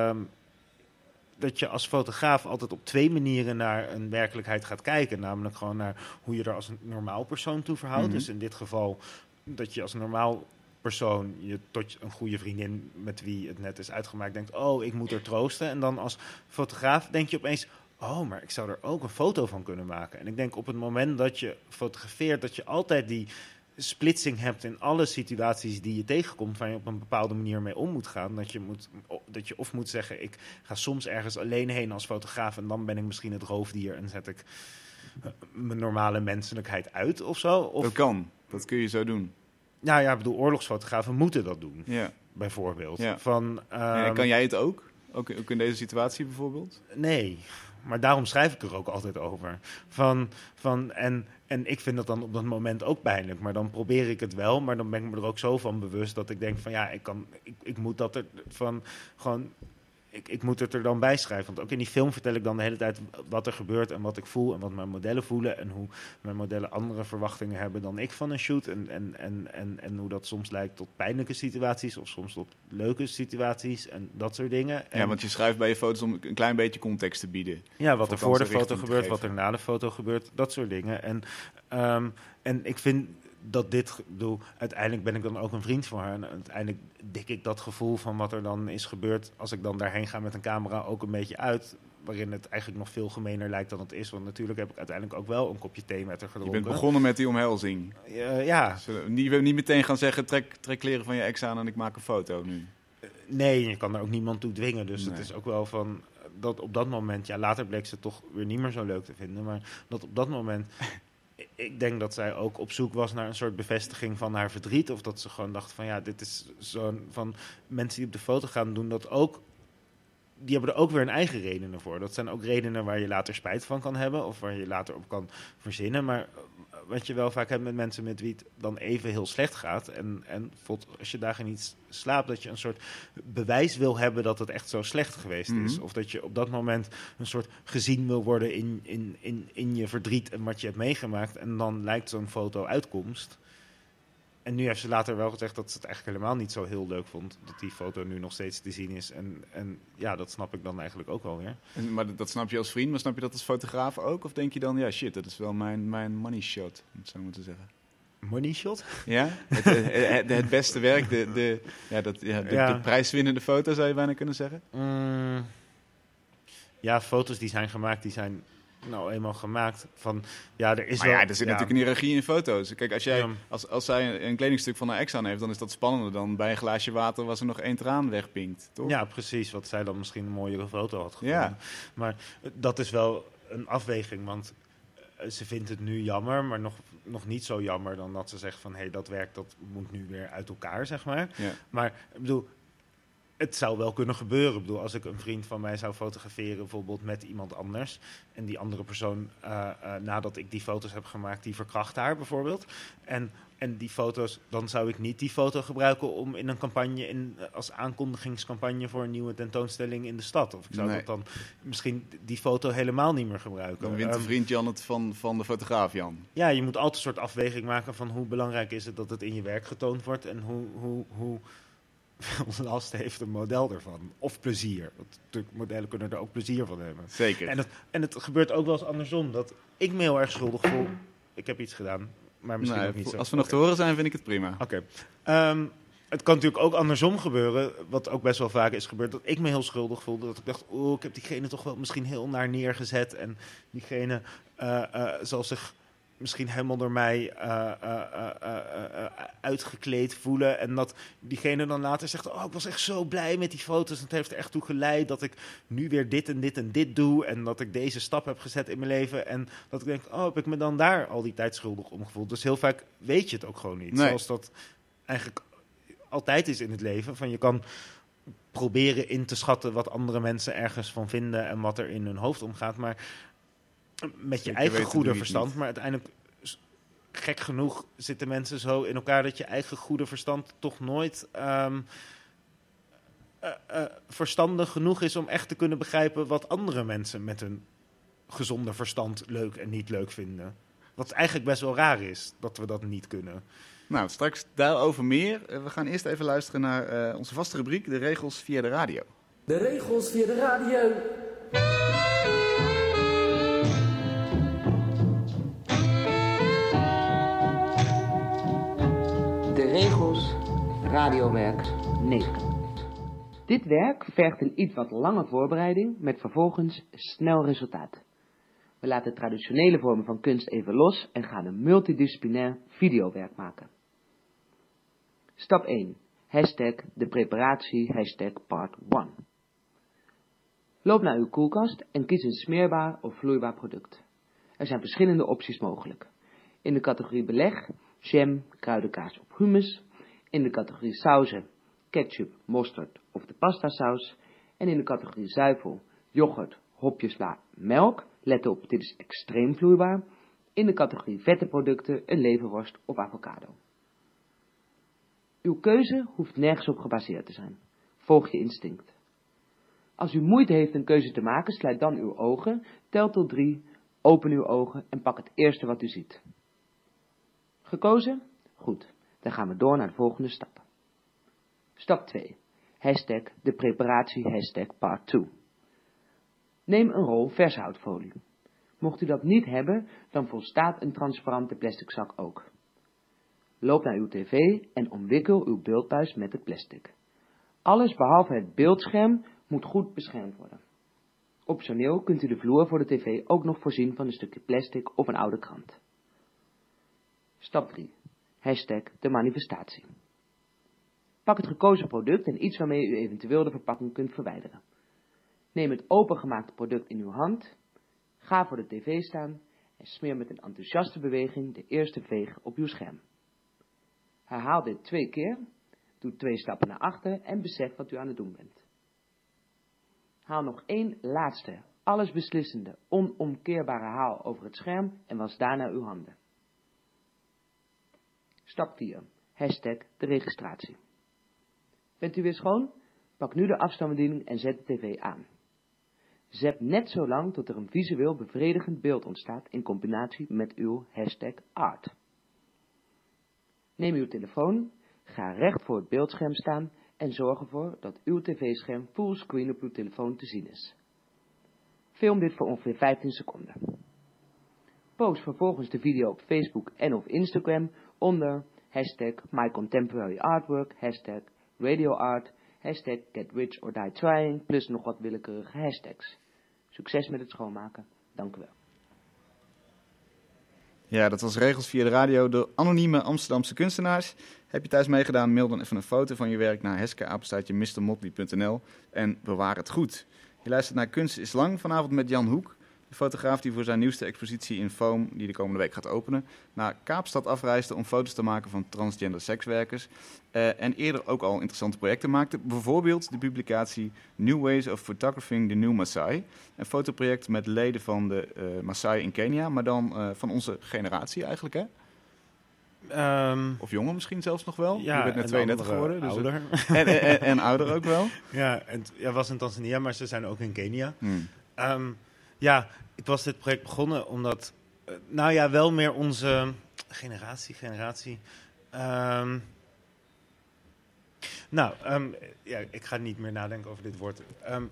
je als fotograaf altijd op twee manieren naar een werkelijkheid gaat kijken. Namelijk gewoon naar hoe je er als een normaal persoon toe verhoudt. Mm-hmm. Dus in dit geval dat je als normaal persoon je tot een goede vriendin met wie het net is uitgemaakt denkt... ik moet er troosten. En dan als fotograaf denk je opeens... maar ik zou er ook een foto van kunnen maken. En ik denk op het moment dat je fotografeert... dat je altijd die splitsing hebt in alle situaties die je tegenkomt... waar je op een bepaalde manier mee om moet gaan. Dat je of moet zeggen... ik ga soms ergens alleen heen als fotograaf... en dan ben ik misschien het roofdier en zet ik mijn normale menselijkheid uit of zo. Of, dat kan. Dat kun je zo doen. Nou ja, ik bedoel, oorlogsfotografen moeten dat doen. Ja. Bijvoorbeeld. Ja. Kan jij het ook? Ook in deze situatie bijvoorbeeld? Nee, maar daarom schrijf ik er ook altijd over. En ik vind dat dan op dat moment ook pijnlijk. Maar dan probeer ik het wel. Maar dan ben ik me er ook zo van bewust dat ik denk van... ik moet dat er van gewoon... Ik moet het er dan bij schrijven. Want ook in die film vertel ik dan de hele tijd wat er gebeurt en wat ik voel en wat mijn modellen voelen. En hoe mijn modellen andere verwachtingen hebben dan ik van een shoot. En hoe dat soms lijkt tot pijnlijke situaties of soms tot leuke situaties en dat soort dingen. Ja, want je schrijft bij je foto's om een klein beetje context te bieden. Ja, wat er voor de foto gebeurt, wat er na de foto gebeurt, dat soort dingen. En ik vind... uiteindelijk ben ik dan ook een vriend van haar. En uiteindelijk dik ik dat gevoel van wat er dan is gebeurd... als ik dan daarheen ga met een camera ook een beetje uit. waarin het eigenlijk nog veel gemener lijkt dan het is. Want natuurlijk heb ik uiteindelijk ook wel een kopje thee met haar Je gedronken. bent begonnen met die omhelzing. Ja. Zullen we niet meteen gaan zeggen, trek kleren van je ex aan en ik maak een foto nu. Nee, je kan er ook niemand toe dwingen. Dus Nee. het is ook wel van dat op dat moment... Ja, later bleek ze toch weer niet meer zo leuk te vinden. Maar dat op dat moment... Ik denk dat zij ook op zoek was naar een soort bevestiging van haar verdriet. Of dat ze gewoon dacht van ja, dit is zo'n... van mensen die op de foto gaan doen dat ook... Die hebben er ook weer een eigen redenen voor. Dat zijn ook redenen waar je later spijt van kan hebben. Of waar je later op kan verzinnen. Maar wat je wel vaak hebt met mensen met wie het dan even heel slecht gaat. En bijvoorbeeld als je dagen niet slaapt, dat je een soort bewijs wil hebben dat het echt zo slecht geweest is. Mhm. Of dat je op dat moment een soort gezien wil worden in je verdriet en wat je hebt meegemaakt. En dan lijkt zo'n foto uitkomst. En nu heeft ze later wel gezegd dat ze het eigenlijk helemaal niet zo heel leuk vond. Dat die foto nu nog steeds te zien is. En ja, dat snap ik dan eigenlijk ook wel weer. Maar dat snap je als vriend, maar snap je dat als fotograaf ook? Of denk je dan, ja shit, dat is wel mijn money shot, om het zo maar te zeggen. Money shot? Ja, het beste werk, de prijswinnende foto zou je bijna kunnen zeggen. Ja, foto's die zijn gemaakt, die zijn nou eenmaal gemaakt. Van, ja, er is Maar wel, ja, er zit natuurlijk een hiërarchie in foto's. Kijk, Ja. als zij een kledingstuk van haar ex aan heeft, dan is dat spannender dan bij een glaasje water waar ze nog 1 traan wegpinkt, toch? Ja, precies. Wat zij dan misschien een mooiere foto had gevonden. Ja. Maar dat is wel een afweging, want ze vindt het nu jammer, maar nog niet zo jammer dan dat ze zegt van hé, dat werk dat moet nu weer uit elkaar, zeg maar. Ja. Maar ik bedoel, het zou wel kunnen gebeuren. Ik bedoel, als ik een vriend van mij zou fotograferen, bijvoorbeeld met iemand anders, en die andere persoon, nadat ik die foto's heb gemaakt, die verkracht haar bijvoorbeeld. En die foto's, dan zou ik niet die foto gebruiken om in een campagne, als aankondigingscampagne voor een nieuwe tentoonstelling in de stad. Of ik zou dat dan misschien die foto helemaal niet meer gebruiken. Dan wint de vriend Jan het van de fotograaf Jan. Ja, je moet altijd een soort afweging maken van hoe belangrijk is het dat het in je werk getoond wordt en hoe veel last heeft een model ervan. Of plezier. Want natuurlijk, modellen kunnen er ook plezier van hebben. Zeker. En het gebeurt ook wel eens andersom. Dat ik me heel erg schuldig voel. Ik heb iets gedaan, maar misschien ook niet zo. Als we nog te horen zijn, vind ik het prima. Oké. Het kan natuurlijk ook andersom gebeuren, wat ook best wel vaak is gebeurd, dat ik me heel schuldig voelde. Dat ik dacht, ik heb diegene toch wel misschien heel naar neergezet. En diegene zal zich misschien helemaal door mij uitgekleed voelen. En dat diegene dan later zegt, ik was echt zo blij met die foto's. En het heeft er echt toe geleid dat ik nu weer dit en dit en dit doe. En dat ik deze stap heb gezet in mijn leven. En dat ik denk, heb ik me dan daar al die tijd schuldig om gevoeld. Dus heel vaak weet je het ook gewoon niet. Nee. Zoals dat eigenlijk altijd is in het leven. Van je kan proberen in te schatten wat andere mensen ergens van vinden en wat er in hun hoofd omgaat. Maar met je Zeker eigen weten goede doe je het verstand. niet. Maar uiteindelijk, gek genoeg, zitten mensen zo in elkaar dat je eigen goede verstand toch nooit verstandig genoeg is om echt te kunnen begrijpen wat andere mensen met hun gezonde verstand leuk en niet leuk vinden. Wat eigenlijk best wel raar is, dat we dat niet kunnen. Nou, straks daarover meer. We gaan eerst even luisteren naar onze vaste rubriek, de regels via de radio. De regels via de radio. De regels radiowerk 9. Dit werk vergt een iets wat lange voorbereiding met vervolgens snel resultaat. We laten traditionele vormen van kunst even los en gaan een multidisciplinair videowerk maken. Stap 1. Hashtag de preparatie, hashtag part 1. Loop naar uw koelkast en kies een smeerbaar of vloeibaar product. Er zijn verschillende opties mogelijk. In de categorie beleg, jam, kruidenkaas of hummus. In de categorie sauzen, ketchup, mosterd of de pastasaus. En in de categorie zuivel, yoghurt, hopjesla, melk. Let op, dit is extreem vloeibaar. In de categorie vette producten, een leverworst of avocado. Uw keuze hoeft nergens op gebaseerd te zijn. Volg je instinct. Als u moeite heeft een keuze te maken, sluit dan uw ogen, tel tot 3, open uw ogen en pak het eerste wat u ziet. Gekozen? Goed, dan gaan we door naar de volgende stap. Stap 2. Hashtag de preparatie, hashtag part 2. Neem een rol vershoutfolie. Mocht u dat niet hebben, dan volstaat een transparante plastic zak ook. Loop naar uw tv en omwikkel uw beeldbuis met het plastic. Alles behalve het beeldscherm moet goed beschermd worden. Optioneel kunt u de vloer voor de tv ook nog voorzien van een stukje plastic of een oude krant. Stap 3. Hashtag de manifestatie. Pak het gekozen product en iets waarmee u eventueel de verpakking kunt verwijderen. Neem het opengemaakte product in uw hand, ga voor de tv staan en smeer met een enthousiaste beweging de eerste veeg op uw scherm. Herhaal dit 2 keer, doe 2 stappen naar achter en besef wat u aan het doen bent. Haal nog 1 laatste, allesbeslissende, onomkeerbare haal over het scherm en was daarna uw handen. Stap 4. Hashtag de registratie. Bent u weer schoon? Pak nu de afstandsbediening en zet de tv aan. Zet net zo lang tot er een visueel bevredigend beeld ontstaat in combinatie met uw hashtag art. Neem uw telefoon, ga recht voor het beeldscherm staan en zorg ervoor dat uw tv-scherm fullscreen op uw telefoon te zien is. Film dit voor ongeveer 15 seconden. Post vervolgens de video op Facebook en of Instagram onder hashtag mycontemporaryartwork, hashtag radioart, hashtag getrichordieTrying, plus nog wat willekeurige hashtags. Succes met het schoonmaken. Dank u wel. Ja, dat was Regels via de radio door anonieme Amsterdamse kunstenaars. Heb je thuis meegedaan, mail dan even een foto van je werk naar heske@mrmotley.nl en bewaar het goed. Je luistert naar Kunst is Lang, vanavond met Jan Hoek, de fotograaf die voor zijn nieuwste expositie in Foam, die de komende week gaat openen, naar Kaapstad afreisde om foto's te maken van transgender sekswerkers. En eerder ook al interessante projecten maakte. Bijvoorbeeld de publicatie New Ways of Photographing the New Maasai. Een fotoproject met leden van de Maasai in Kenia, maar dan van onze generatie eigenlijk, hè? Of jonger misschien zelfs nog wel. Ja, je bent net 32 geworden. Dus ouder. En ouder ook wel. Ja, het was in Tanzania, maar ze zijn ook in Kenia. Ja, ik was dit project begonnen omdat, wel meer onze generatie. Ik ga niet meer nadenken over dit woord.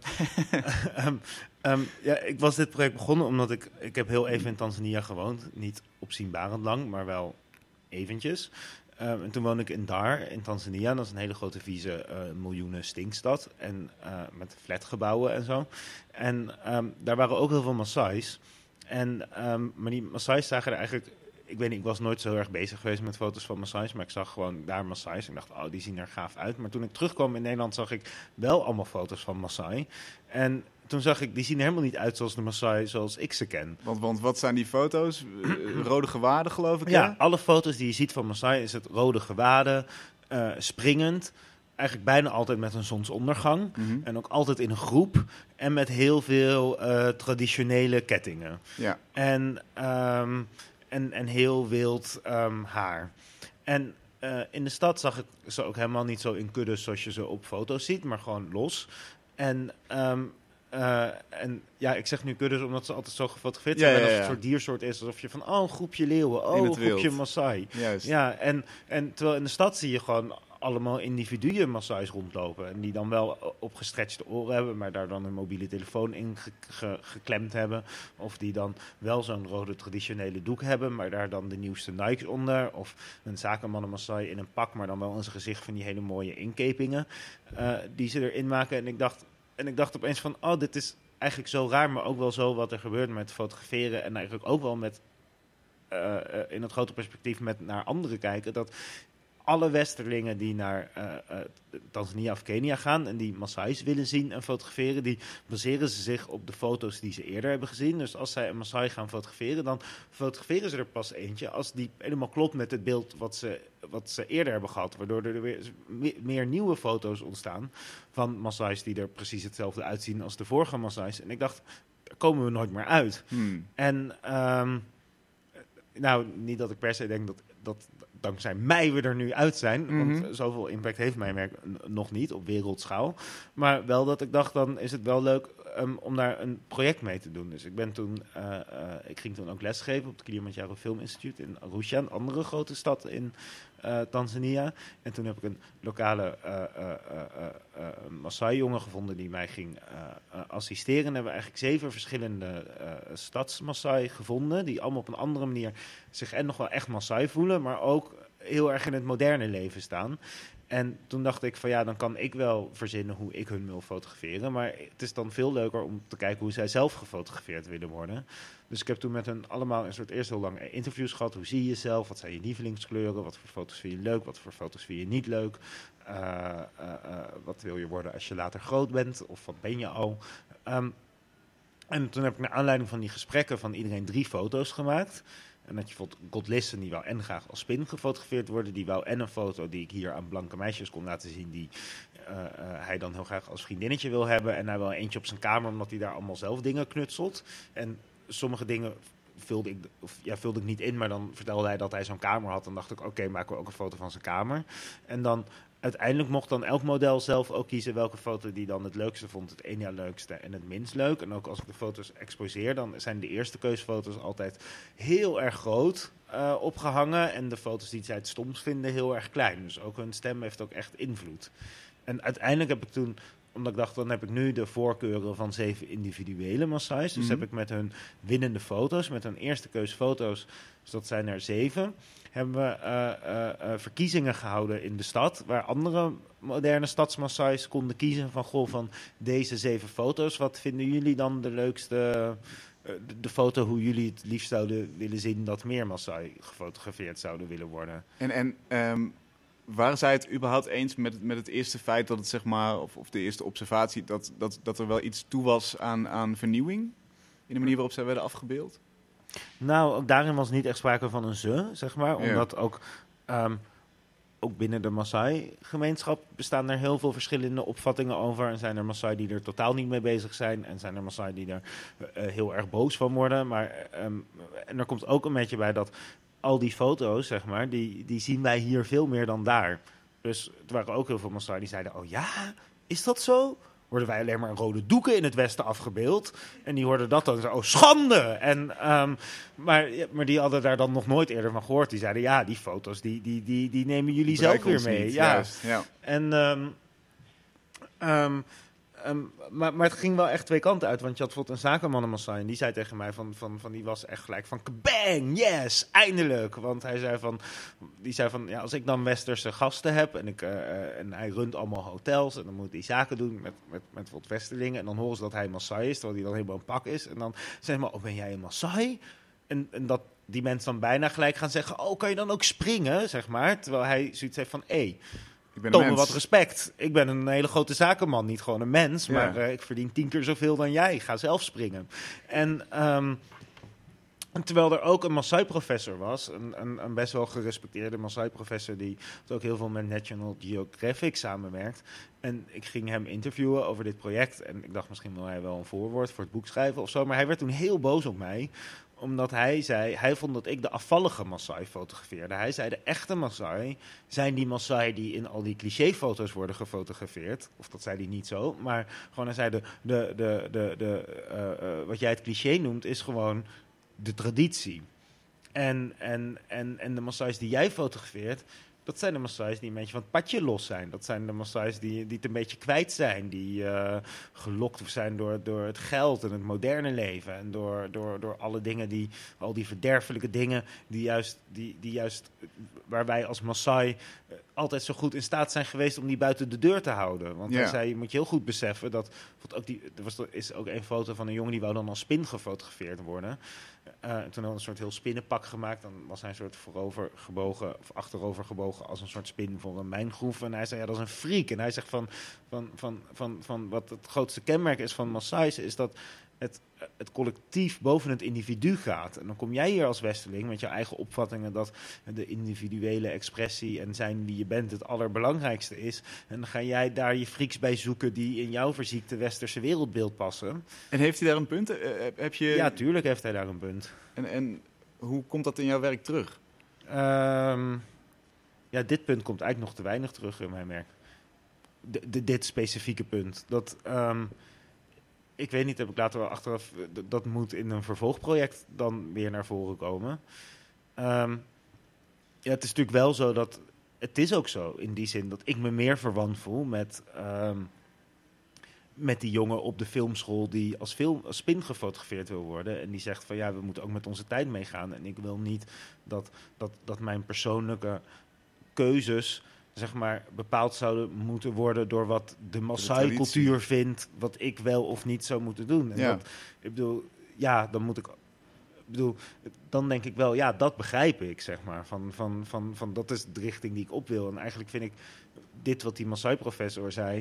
Ik was dit project begonnen omdat ik heb heel even in Tanzania gewoond. Niet opzienbarend lang, maar wel eventjes. En toen woonde ik in Dar, in Tanzania. Dat is een hele grote vieze miljoenen stinkstad. En met flatgebouwen en zo. En daar waren ook heel veel Maasai's. Maar die Maasai's zagen er eigenlijk... Ik weet niet, ik was nooit zo erg bezig geweest met foto's van Maasai's. Maar ik zag gewoon daar Maasai's. En ik dacht, die zien er gaaf uit. Maar toen ik terugkwam in Nederland zag ik wel allemaal foto's van Maasai. En toen zag ik, die zien er helemaal niet uit zoals de Maasai zoals ik ze ken. Want wat zijn die foto's? Rode gewaden, geloof ik, Ja, hè? alle foto's die je ziet van Maasai is het rode gewaden, springend. Eigenlijk bijna altijd met een zonsondergang. Mm-hmm. En ook altijd in een groep. En met heel veel traditionele kettingen. Ja. En heel wild haar. En in de stad zag ik ze ook helemaal niet zo in kuddes zoals je ze op foto's ziet. Maar gewoon los. Ik zeg nu kuddes omdat ze altijd zo gefotografeerd zijn. Alsof het een soort diersoort is. Alsof je van, een groepje leeuwen. Een groepje Maasai. Juist. Ja, en terwijl in de stad zie je gewoon allemaal individuen Maasai's rondlopen. En die dan wel opgestretchte oren hebben, maar daar dan een mobiele telefoon in geklemd hebben. Of die dan wel zo'n rode traditionele doek hebben, maar daar dan de nieuwste Nikes onder. Of een zakenmannen Maasai in een pak, maar dan wel in zijn gezicht van die hele mooie inkepingen die ze erin maken. En ik dacht opeens van, dit is eigenlijk zo raar, maar ook wel zo wat er gebeurt met fotograferen. En eigenlijk ook wel met, in het grote perspectief, met naar anderen kijken. Dat alle westerlingen die naar Tanzania of Kenia gaan en die Maasai's willen zien en fotograferen, die baseren ze zich op de foto's die ze eerder hebben gezien. Dus als zij een Maasai gaan fotograferen, dan fotograferen ze er pas eentje als die helemaal klopt met het beeld wat ze eerder hebben gehad. Waardoor er weer meer nieuwe foto's ontstaan van Maasai's die er precies hetzelfde uitzien als de vorige Maasai's. En ik dacht, daar komen we nooit meer uit. En niet dat ik per se denk dat dankzij mij we er nu uit zijn. Want zoveel impact heeft mijn werk nog niet op wereldschaal. Maar wel dat ik dacht, dan is het wel leuk om daar een project mee te doen. Dus ik ging toen ook lesgeven op het Kilimanjaro Film Instituut in Arusha, een andere grote stad in Tanzania. En toen heb ik een lokale Maasai-jongen gevonden die mij ging assisteren. En hebben we eigenlijk 7 verschillende stads-Maasai gevonden, die allemaal op een andere manier zich en nog wel echt Maasai voelen, maar ook heel erg in het moderne leven staan. En toen dacht ik van dan kan ik wel verzinnen hoe ik hun wil fotograferen. Maar het is dan veel leuker om te kijken hoe zij zelf gefotografeerd willen worden. Dus ik heb toen met hen allemaal een soort eerst heel lang interviews gehad. Hoe zie je jezelf? Wat zijn je lievelingskleuren? Wat voor foto's vind je leuk? Wat voor foto's vind je niet leuk? Wat wil je worden als je later groot bent? Of wat ben je al? En toen heb ik naar aanleiding van die gesprekken van iedereen 3 foto's gemaakt. En dat je bijvoorbeeld Godlissen, die wou en graag als spin gefotografeerd worden. Die wou en een foto die ik hier aan blanke meisjes kon laten zien, die hij dan heel graag als vriendinnetje wil hebben. En hij wil eentje op zijn kamer, omdat hij daar allemaal zelf dingen knutselt. En sommige dingen vulde ik niet in, maar dan vertelde hij dat hij zo'n kamer had. Dan dacht ik, oké, maken we ook een foto van zijn kamer. En dan uiteindelijk mocht dan elk model zelf ook kiezen welke foto die dan het leukste vond. Het ene leukste en het minst leuk. En ook als ik de foto's exposeer, dan zijn de eerste keusfoto's altijd heel erg groot opgehangen. En de foto's die zij het stomst vinden heel erg klein. Dus ook hun stem heeft ook echt invloed. En uiteindelijk heb ik toen, omdat ik dacht, dan heb ik nu de voorkeuren van 7 individuele Maasai's. Dus heb ik met hun winnende foto's, met hun eerste keusfoto's, dus dat zijn er 7... hebben we verkiezingen gehouden in de stad, waar andere moderne stadsmassais konden kiezen van deze 7 foto's. Wat vinden jullie dan de leukste, de foto hoe jullie het liefst zouden willen zien dat meer Maasai gefotografeerd zouden willen worden? En waren zij het überhaupt eens met het eerste feit dat het, zeg maar, of de eerste observatie, dat er wel iets toe was aan vernieuwing in de manier waarop zij werden afgebeeld? Nou, ook daarin was niet echt sprake van een ze, zeg maar. Omdat ook binnen de Maasai-gemeenschap bestaan er heel veel verschillende opvattingen over. En zijn er Maasai die er totaal niet mee bezig zijn. En zijn er Maasai die er heel erg boos van worden. En er komt ook een beetje bij dat al die foto's, zeg maar, die zien wij hier veel meer dan daar. Dus er waren ook heel veel Maasai die zeiden, oh ja, is dat zo? Worden wij alleen maar in rode doeken in het westen afgebeeld. En die hoorden dat dan zo, oh schande! En, maar die hadden daar dan nog nooit eerder van gehoord. Die zeiden, ja, die foto's, die nemen jullie zelf weer mee. Niet, ja. Juist, ja. En, maar het ging wel echt 2 kanten uit. Want je had bijvoorbeeld een zakenman Maasai. En die zei tegen mij, die was echt gelijk van, kabang, yes, eindelijk. Want hij zei van, ja, als ik dan westerse gasten heb. En hij runt allemaal hotels. En dan moet hij zaken doen met bijvoorbeeld westerlingen. En dan horen ze dat hij Maasai is, terwijl hij dan helemaal een pak is. En dan zeggen ze maar, oh, ben jij een Maasai? En dat die mensen dan bijna gelijk gaan zeggen, oh, kan je dan ook springen, zeg maar. Terwijl hij zoiets heeft van, toon me wat respect. Ik ben een hele grote zakenman, niet gewoon een mens. Maar ik verdien 10 keer zoveel dan jij. Ga zelf springen. En terwijl er ook een Maasai-professor was. Een best wel gerespecteerde Maasai-professor die ook heel veel met National Geographic samenwerkt. En ik ging hem interviewen over dit project. En ik dacht, misschien wil hij wel een voorwoord voor het boek schrijven of zo. Maar hij werd toen heel boos op mij. Omdat hij vond dat ik de afvallige Maasai fotografeerde. Hij zei, de echte Maasai zijn die Maasai die in al die clichéfoto's worden gefotografeerd. Of dat zei hij niet zo. Maar gewoon hij zei, wat jij het cliché noemt, is gewoon de traditie. En de Maasai's die jij fotografeert, dat zijn de Maasai's die een beetje van het padje los zijn. Dat zijn de Maasai's die het een beetje kwijt zijn. Die gelokt zijn door het geld en het moderne leven. En door alle dingen, al die verderfelijke dingen die juist waar wij als Maasai altijd zo goed in staat zijn geweest om die buiten de deur te houden. Want hij zei, je moet je heel goed beseffen dat is ook een foto van een jongen die wou dan als spin gefotografeerd worden. Toen hadden we een soort heel spinnenpak gemaakt. Dan was hij een soort voorover gebogen of achterover gebogen als een soort spin voor een mijngroef. En hij zei, ja, dat is een freak. En hij zegt van wat het grootste kenmerk is van Maasai's is dat het collectief boven het individu gaat. En dan kom jij hier als westerling met jouw eigen opvattingen dat de individuele expressie en zijn wie je bent het allerbelangrijkste is. En dan ga jij daar je freaks bij zoeken die in jouw verziekte westerse wereldbeeld passen. En heeft hij daar een punt? Ja, tuurlijk heeft hij daar een punt. En hoe komt dat in jouw werk terug? Ja, dit punt komt eigenlijk nog te weinig terug in mijn werk. Dit specifieke punt. Ik weet niet, heb ik later wel achteraf, dat moet in een vervolgproject dan weer naar voren komen. Het is natuurlijk wel zo dat, het is ook zo in die zin dat ik me meer verwant voel met die jongen op de filmschool die als spin gefotografeerd wil worden. En die zegt van ja, we moeten ook met onze tijd meegaan. En ik wil niet dat mijn persoonlijke keuzes, zeg maar, bepaald zouden moeten worden door wat de Maasai-cultuur vindt, wat ik wel of niet zou moeten doen. En dat, ik bedoel, ja, dan moet ik... dan denk ik wel, ja, dat begrijp ik, zeg maar. Van dat is de richting die ik op wil. En eigenlijk vind ik dit wat die Maasai-professor zei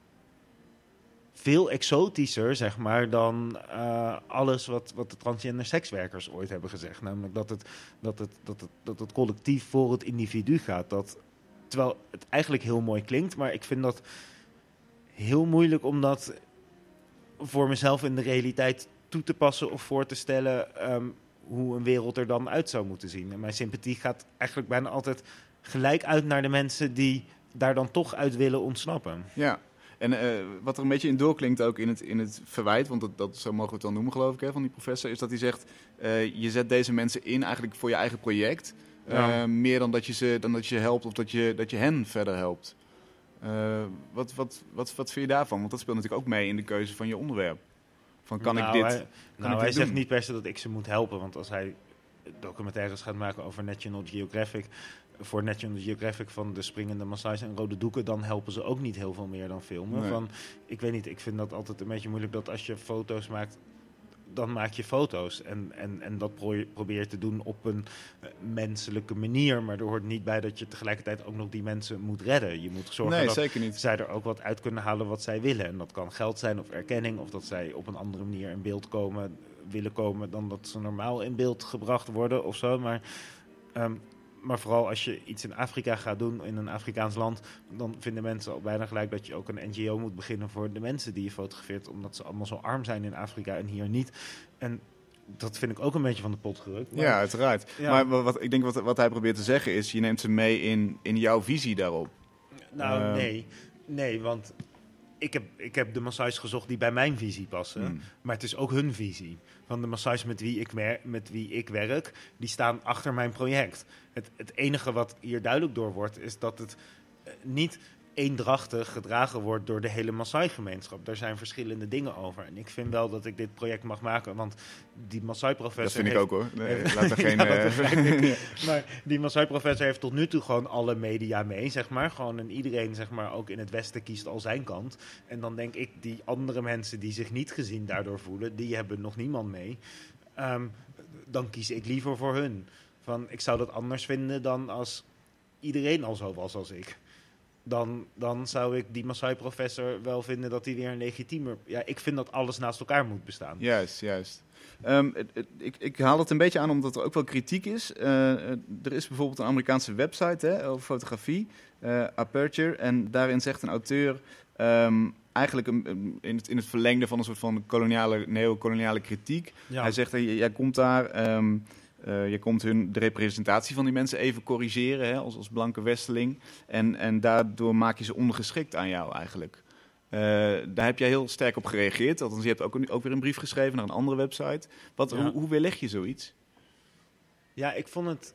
veel exotischer, zeg maar, dan alles wat de transgender sekswerkers ooit hebben gezegd. Namelijk dat het collectief voor het individu gaat. Terwijl het eigenlijk heel mooi klinkt, maar ik vind dat heel moeilijk om dat voor mezelf in de realiteit toe te passen of voor te stellen hoe een wereld er dan uit zou moeten zien. En mijn sympathie gaat eigenlijk bijna altijd gelijk uit naar de mensen die daar dan toch uit willen ontsnappen. Ja, en wat er een beetje in doorklinkt ook in het verwijt, want dat zo mogen we het dan noemen, geloof ik, hè, van die professor, is dat hij zegt, je zet deze mensen in eigenlijk voor je eigen project, meer dan dat je ze helpt of dat je hen verder helpt. Wat vind je daarvan? Want dat speelt natuurlijk ook mee in de keuze van je onderwerp. Van hij zegt niet per se dat ik ze moet helpen, want als hij documentaires gaat maken over National Geographic, voor National Geographic van de springende Maasai's en rode doeken, dan helpen ze ook niet heel veel meer dan filmen. Nee. Ik weet niet, ik vind dat altijd een beetje moeilijk dat als je foto's maakt, dan maak je foto's. En dat probeer je te doen op een menselijke manier. Maar er hoort niet bij dat je tegelijkertijd ook nog die mensen moet redden. Je moet zorgen dat zeker niet. zij er ook wat uit kunnen halen wat zij willen. En dat kan geld zijn of erkenning, of dat zij op een andere manier in beeld willen komen dan dat ze normaal in beeld gebracht worden of zo. Maar vooral als je iets in Afrika gaat doen, in een Afrikaans land, dan vinden mensen al bijna gelijk dat je ook een NGO moet beginnen voor de mensen die je fotografeert, omdat ze allemaal zo arm zijn in Afrika en hier niet. En dat vind ik ook een beetje van de pot gerukt. Maar, ja, uiteraard. Ja. Maar ik denk wat hij probeert te zeggen is, je neemt ze mee in jouw visie daarop. Nou, nee, want ik heb de Maasai's gezocht die bij mijn visie passen. Maar het is ook hun visie. Van de Maasai's met wie ik werk, die staan achter mijn project. Het enige wat hier duidelijk door wordt, is dat het niet eendrachtig gedragen wordt door de hele Maasai-gemeenschap. Daar zijn verschillende dingen over. En ik vind wel dat ik dit project mag maken, want die Maasai-professor... Dat vind ik ook, hoor. Nee, laat er geen... Maar die Maasai-professor heeft tot nu toe gewoon alle media mee, zeg maar. Gewoon en iedereen, zeg maar, ook in het Westen kiest al zijn kant. En dan denk ik, die andere mensen die zich niet gezien daardoor voelen, die hebben nog niemand mee. Dan kies ik liever voor hun. Ik zou dat anders vinden dan als iedereen al zo was als ik. Dan zou ik die Maasai-professor wel vinden dat hij weer een legitiemer... Ja, ik vind dat alles naast elkaar moet bestaan. Juist. Ik haal het een beetje aan omdat er ook wel kritiek is. Er is bijvoorbeeld een Amerikaanse website over fotografie, Aperture. En daarin zegt een auteur eigenlijk in het verlengde van een soort van neocoloniale kritiek. Ja. Hij zegt, jij komt daar... je komt de representatie van die mensen even corrigeren, hè, als blanke westerling. En daardoor maak je ze ondergeschikt aan jou eigenlijk. Daar heb jij heel sterk op gereageerd. Althans, je hebt ook weer een brief geschreven naar een andere website. Hoe weerleg je zoiets? Ja, ik vond het...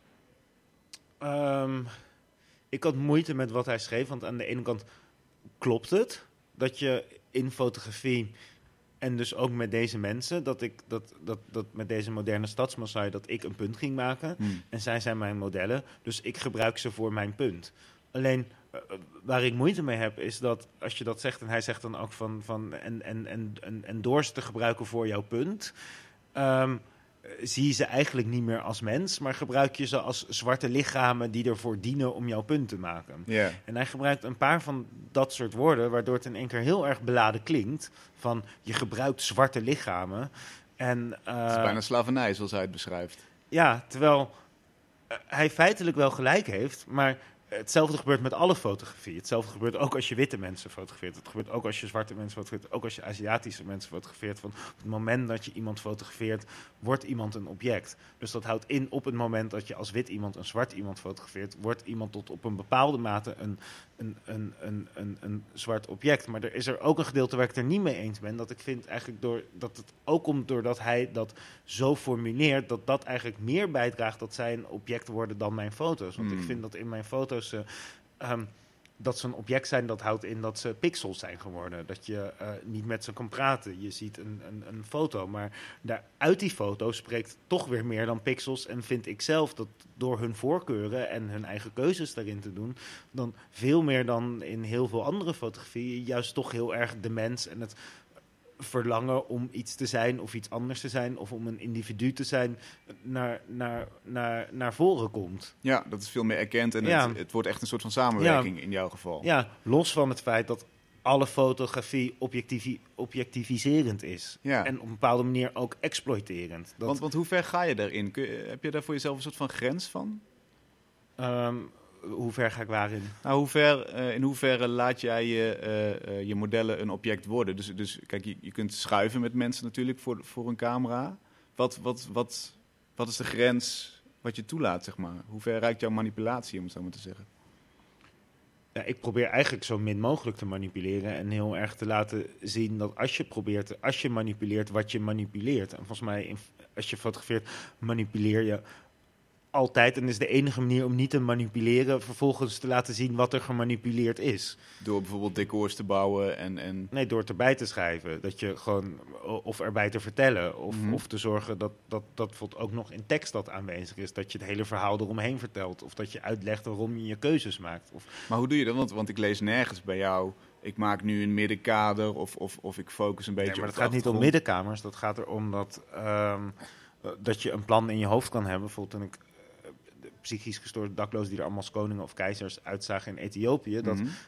ik had moeite met wat hij schreef. Want aan de ene kant klopt het dat je in fotografie... En dus ook met deze mensen, dat met deze moderne stadsmaasai, dat ik een punt ging maken. En zij zijn mijn modellen, dus ik gebruik ze voor mijn punt. Alleen, waar ik moeite mee heb, is dat als je dat zegt, en hij zegt dan ook en door ze te gebruiken voor jouw punt, zie je ze eigenlijk niet meer als mens, maar gebruik je ze als zwarte lichamen die ervoor dienen om jouw punt te maken. Yeah. En hij gebruikt een paar van dat soort woorden, waardoor het in één keer heel erg beladen klinkt. Van, je gebruikt zwarte lichamen. En, het is bijna slavernij, zoals hij het beschrijft. Ja, terwijl hij feitelijk wel gelijk heeft, maar... Hetzelfde gebeurt met alle fotografie. Hetzelfde gebeurt ook als je witte mensen fotografeert. Het gebeurt ook als je zwarte mensen fotografeert. Ook als je Aziatische mensen fotografeert. Op het moment dat je iemand fotografeert, wordt iemand een object. Dus dat houdt in op het moment dat je als wit iemand een zwart iemand fotografeert, wordt iemand tot op een bepaalde mate een zwart object. Maar er is er ook een gedeelte waar ik het er niet mee eens ben. Dat ik vind eigenlijk dat het ook komt doordat hij dat zo formuleert, dat eigenlijk meer bijdraagt dat zij een object worden dan mijn foto's. Want ik vind dat in mijn foto's dat ze een object zijn, dat houdt in dat ze pixels zijn geworden. Dat je niet met ze kan praten. Je ziet een foto, maar uit die foto spreekt toch weer meer dan pixels. En vind ik zelf dat door hun voorkeuren en hun eigen keuzes daarin te doen, dan veel meer dan in heel veel andere fotografieën, juist toch heel erg de mens en het verlangen om iets te zijn of iets anders te zijn of om een individu te zijn naar voren komt. Ja, dat is veel meer erkend en het wordt echt een soort van samenwerking in jouw geval. Ja, los van het feit dat alle fotografie objectiviserend is. Ja. En op een bepaalde manier ook exploiterend. Want hoe ver ga je daarin? Heb je daar voor jezelf een soort van grens van? Hoe ver ga ik waarin? Nou, in hoeverre laat jij je modellen een object worden? Dus kijk, je kunt schuiven met mensen natuurlijk voor een camera. Wat is de grens wat je toelaat, zeg maar? Hoe ver reikt jouw manipulatie, om het zo maar te zeggen? Ja, ik probeer eigenlijk zo min mogelijk te manipuleren en heel erg te laten zien dat als je manipuleert, wat je manipuleert. En volgens mij, als je fotografeert, manipuleer je altijd. En is de enige manier om niet te manipuleren vervolgens te laten zien wat er gemanipuleerd is. Door bijvoorbeeld decors te bouwen en... Nee, door het erbij te schrijven. Dat je gewoon, of erbij te vertellen. Of te zorgen dat bijvoorbeeld ook nog in tekst dat aanwezig is. Dat je het hele verhaal eromheen vertelt. Of dat je uitlegt waarom je je keuzes maakt. Maar hoe doe je dat? Want ik lees nergens bij jou, ik maak nu een middenkader of ik focus een beetje op de achtergrond. Maar het gaat niet om middenkamers. Dat gaat erom dat je een plan in je hoofd kan hebben. Bijvoorbeeld toen ik psychisch gestoorde daklozen die er allemaal als koningen of keizers uitzagen in Ethiopië.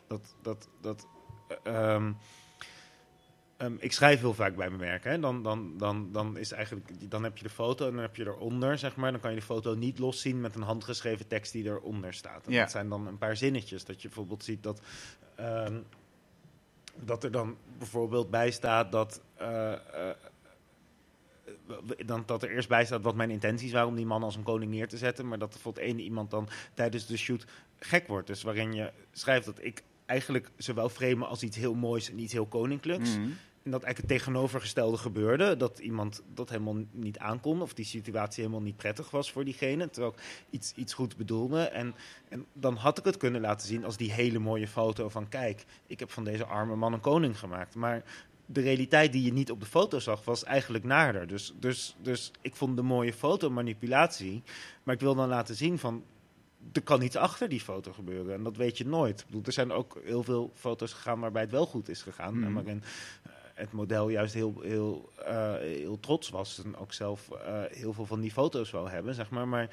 Ik schrijf heel vaak bij mijn werk. Hè. Dan is eigenlijk, dan heb je de foto en dan heb je eronder, zeg maar. Dan kan je de foto niet loszien met een handgeschreven tekst die eronder staat. En dat zijn dan een paar zinnetjes. Dat je bijvoorbeeld ziet dat er dan bijvoorbeeld bij staat dat er eerst bij staat wat mijn intenties waren om die man als een koning neer te zetten. Maar dat bijvoorbeeld één iemand dan tijdens de shoot gek wordt. Dus waarin je schrijft dat ik eigenlijk zowel frame als iets heel moois en iets heel koninklijks. Mm-hmm. En dat eigenlijk het tegenovergestelde gebeurde. Dat iemand dat helemaal niet aankon. Of die situatie helemaal niet prettig was voor diegene. Terwijl ik iets goed bedoelde. En dan had ik het kunnen laten zien als die hele mooie foto van kijk, ik heb van deze arme man een koning gemaakt. Maar de realiteit die je niet op de foto zag, was eigenlijk naarder. Dus ik vond de mooie foto manipulatie. Maar ik wil dan laten zien van, er kan iets achter die foto gebeuren. En dat weet je nooit. Ik bedoel, er zijn ook heel veel foto's gegaan waarbij het wel goed is gegaan. Mm. En waarin het model juist heel trots was. En ook zelf heel veel van die foto's wou hebben, zeg maar.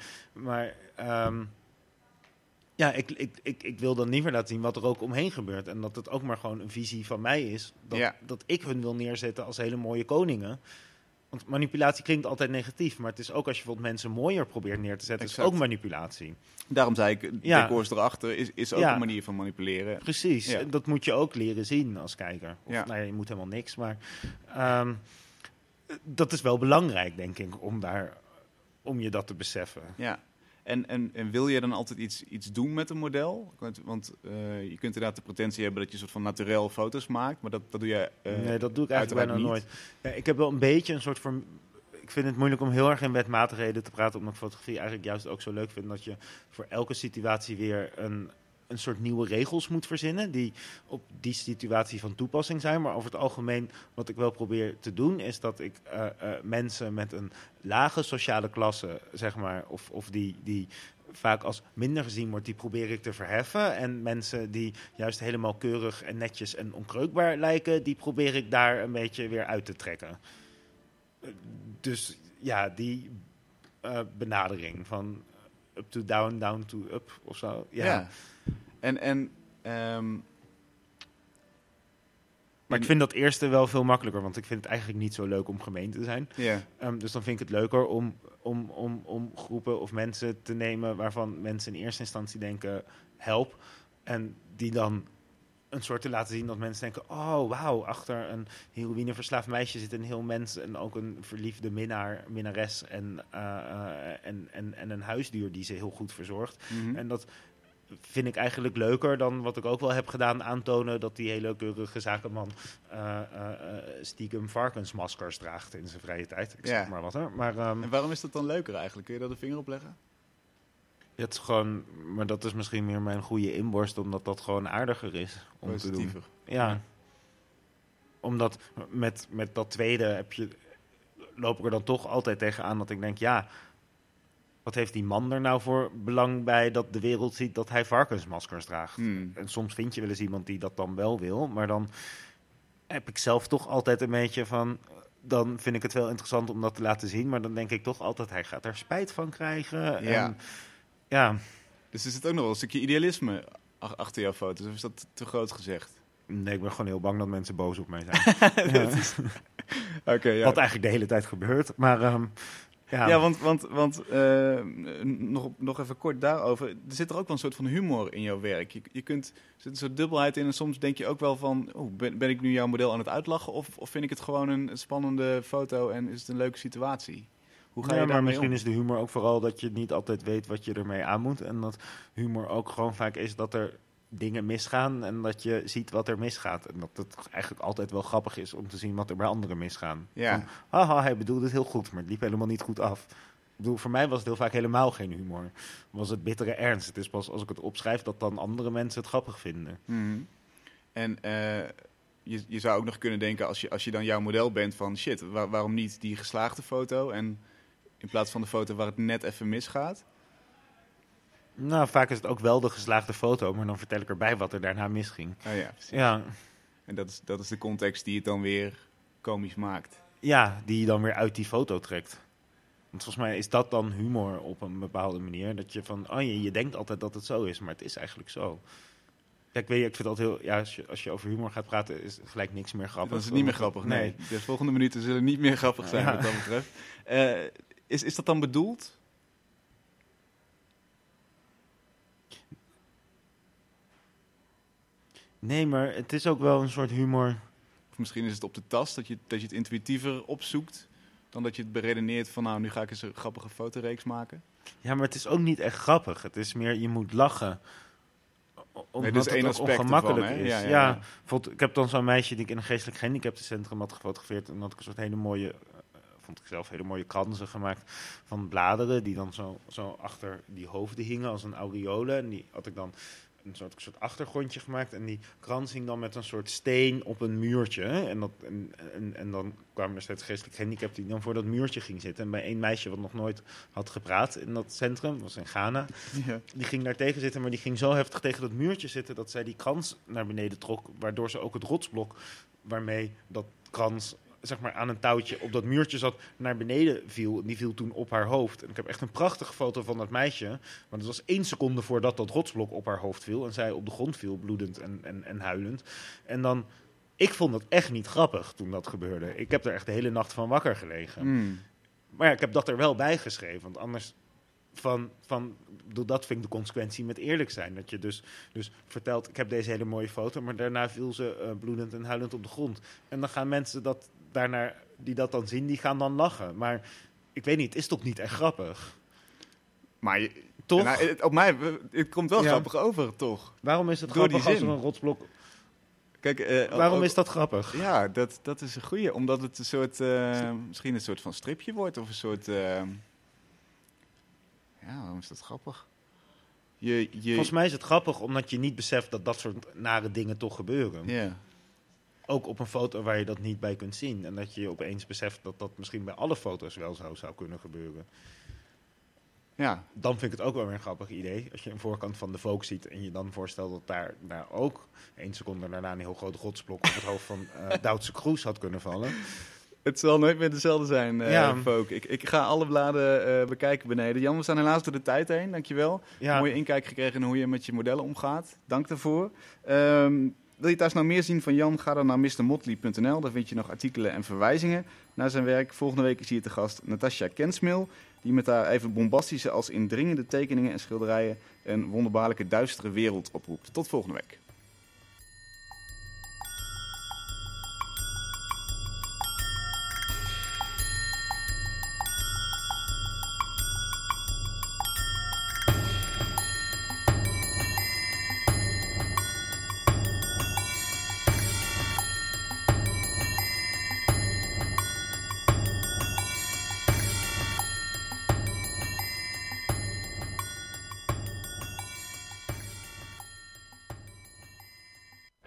Ja, ik wil dan liever laten zien wat er ook omheen gebeurt. En dat het ook maar gewoon een visie van mij is. Dat ik hun wil neerzetten als hele mooie koningen. Want manipulatie klinkt altijd negatief. Maar het is ook als je bijvoorbeeld mensen mooier probeert neer te zetten. Exact. Is ook manipulatie. Daarom zei ik, decors erachter is ook een manier van manipuleren. Precies, dat moet je ook leren zien als kijker. Of, nou ja, je moet helemaal niks. Maar dat is wel belangrijk, denk ik, om je dat te beseffen. Ja. En wil je dan altijd iets doen met een model? Want je kunt inderdaad de pretentie hebben dat je een soort van naturel foto's maakt, maar dat doe je nee, dat doe ik eigenlijk bijna nooit. Ja, ik heb wel een beetje een soort van... Ik vind het moeilijk om heel erg in wetmatigheden te praten, omdat ik fotografie eigenlijk juist ook zo leuk vind dat je voor elke situatie weer een soort nieuwe regels moet verzinnen die op die situatie van toepassing zijn. Maar over het algemeen, wat ik wel probeer te doen, is dat ik mensen met een lage sociale klasse, zeg maar, of die vaak als minder gezien wordt, die probeer ik te verheffen. En mensen die juist helemaal keurig en netjes en onkreukbaar lijken, die probeer ik daar een beetje weer uit te trekken. Dus ja, die benadering van up to down, down to up of zo. Ja. Maar ik vind dat eerste wel veel makkelijker, want ik vind het eigenlijk niet zo leuk om gemeen te zijn. Yeah. Dus dan vind ik het leuker om groepen of mensen te nemen waarvan mensen in eerste instantie denken, help. En die dan een soort te laten zien dat mensen denken, oh wauw, achter een heroïneverslaafd meisje zit een heel mens en ook een verliefde minnares en een huisdier die ze heel goed verzorgt. Mm-hmm. En dat vind ik eigenlijk leuker dan wat ik ook wel heb gedaan, aantonen dat die hele keurige zakenman stiekem varkensmaskers draagt in zijn vrije tijd. Ik zeg maar wat hoor. Maar, en waarom is dat dan leuker eigenlijk? Kun je daar de vinger op leggen? Het is gewoon, maar dat is misschien meer mijn goede inborst, omdat dat gewoon aardiger is om Positiever. te doen. Ja. Omdat met dat tweede loop ik er dan toch altijd tegenaan dat ik denk, ja, wat heeft die man er nou voor belang bij dat de wereld ziet dat hij varkensmaskers draagt? En soms vind je wel eens iemand die dat dan wel wil, maar dan heb ik zelf toch altijd een beetje van, dan vind ik het wel interessant om dat te laten zien, maar dan denk ik toch altijd, hij gaat er spijt van krijgen. Ja. En, ja. Dus er zit ook nog wel een stukje idealisme achter jouw foto's. Of is dat te groot gezegd? Nee, ik ben gewoon heel bang dat mensen boos op mij zijn. Oké, ja. Wat eigenlijk de hele tijd gebeurt. Maar Ja, want nog even kort daarover. Er zit er ook wel een soort van humor in jouw werk. Er zit een soort dubbelheid in en soms denk je ook wel van, ben ik nu jouw model aan het uitlachen? Of vind ik het gewoon een spannende foto en is het een leuke situatie? Hoe ga je daarmee maar misschien om? is de humor ook vooral dat je niet altijd weet wat je ermee aan moet. En dat humor ook gewoon vaak is dat er dingen misgaan en dat je ziet wat er misgaat. En dat het eigenlijk altijd wel grappig is om te zien wat er bij anderen misgaan. Ja. Van, haha, hij bedoelde het heel goed, maar het liep helemaal niet goed af. Ik bedoel, voor mij was het heel vaak helemaal geen humor. Was het bittere ernst. Het is pas als ik het opschrijf dat dan andere mensen het grappig vinden. Mm-hmm. En je zou ook nog kunnen denken, als je dan jouw model bent van shit, waarom niet die geslaagde foto en in plaats van de foto waar het net even misgaat? Nou, vaak is het ook wel de geslaagde foto, maar dan vertel ik erbij wat er daarna misging. Oh ja, precies. Ja, En dat is de context die het dan weer komisch maakt. ja, die je dan weer uit die foto trekt. Want volgens mij is dat dan humor op een bepaalde manier. Dat je van, je denkt altijd dat het zo is, maar het is eigenlijk zo. Ja, ik vind het altijd heel, ja, als je over humor gaat praten, is gelijk niks meer grappig. Dan is het niet meer grappig, nee. De volgende minuten zullen niet meer grappig zijn, wat dat betreft. Is dat dan bedoeld? Nee, maar het is ook wel een soort humor. Of misschien is het op de tast, dat je het intuïtiever opzoekt dan dat je het beredeneert van, nou, nu ga ik eens een grappige fotoreeks maken. Ja, maar het is ook niet echt grappig. Het is meer, je moet lachen. Omdat dat is één het ook aspect ongemakkelijk ervan, hè? is. Ja. Ja, bijvoorbeeld, ik heb dan zo'n meisje die ik in een geestelijk gehandicaptencentrum had gefotografeerd. En had ik een soort hele mooie, vond ik zelf, hele mooie kransen gemaakt van bladeren. Die dan zo achter die hoofden hingen als een aureole. En die had ik dan een soort achtergrondje gemaakt. En die krans hing dan met een soort steen op een muurtje. Hè? En dan kwamen er steeds geestelijk gehandicapten die dan voor dat muurtje ging zitten. En bij één meisje wat nog nooit had gepraat in dat centrum, dat was in Ghana. Ja. Die ging daar tegen zitten, maar die ging zo heftig tegen dat muurtje zitten dat zij die krans naar beneden trok. Waardoor ze ook het rotsblok waarmee dat krans, zeg maar, aan een touwtje op dat muurtje zat, naar beneden viel. En die viel toen op haar hoofd. En ik heb echt een prachtige foto van dat meisje. Maar dat was 1 seconde voordat dat rotsblok op haar hoofd viel. En zij op de grond viel, bloedend en huilend. En dan, ik vond het echt niet grappig toen dat gebeurde. Ik heb er echt de hele nacht van wakker gelegen. Maar ja, ik heb dat er wel bij geschreven. Want anders dat vind ik de consequentie met eerlijk zijn. Dat je dus vertelt, ik heb deze hele mooie foto, maar daarna viel ze bloedend en huilend op de grond. En dan gaan mensen die dat dan zien, die gaan dan lachen. Maar ik weet niet, het is toch niet echt grappig? Maar Toch? Nou, op mij, het komt wel grappig over, toch? Waarom is het Door die grappig als zin. er een rotsblok... Kijk, Waarom is dat grappig? Ja, dat is een goeie. Omdat het een soort, misschien een soort van stripje wordt. Of een soort... waarom is dat grappig? Volgens mij is het grappig omdat je niet beseft dat dat soort nare dingen toch gebeuren. Ja. Ook op een foto waar je dat niet bij kunt zien. En dat je opeens beseft dat dat misschien bij alle foto's wel zo zou kunnen gebeuren. Ja. Dan vind ik het ook wel weer een grappig idee. Als je een voorkant van de Vogue ziet en je dan voorstelt dat daar ook 1 seconde daarna een heel groot rotsblok op het hoofd van Duitse Kroes had kunnen vallen. Het zal nooit meer dezelfde zijn, Ja. Vogue. Ik ga alle bladen bekijken beneden. Jan, we zijn helaas door de tijd heen. Dankjewel. Ja. Mooie inkijk gekregen in hoe je met je modellen omgaat. Dank daarvoor. Wil je thuis nou meer zien van Jan? Ga dan naar mrmotley.nl. Daar vind je nog artikelen en verwijzingen naar zijn werk. Volgende week is hier te gast Natasja Kensmil, die met haar even bombastische als indringende tekeningen en schilderijen een wonderbaarlijke duistere wereld oproept. Tot volgende week.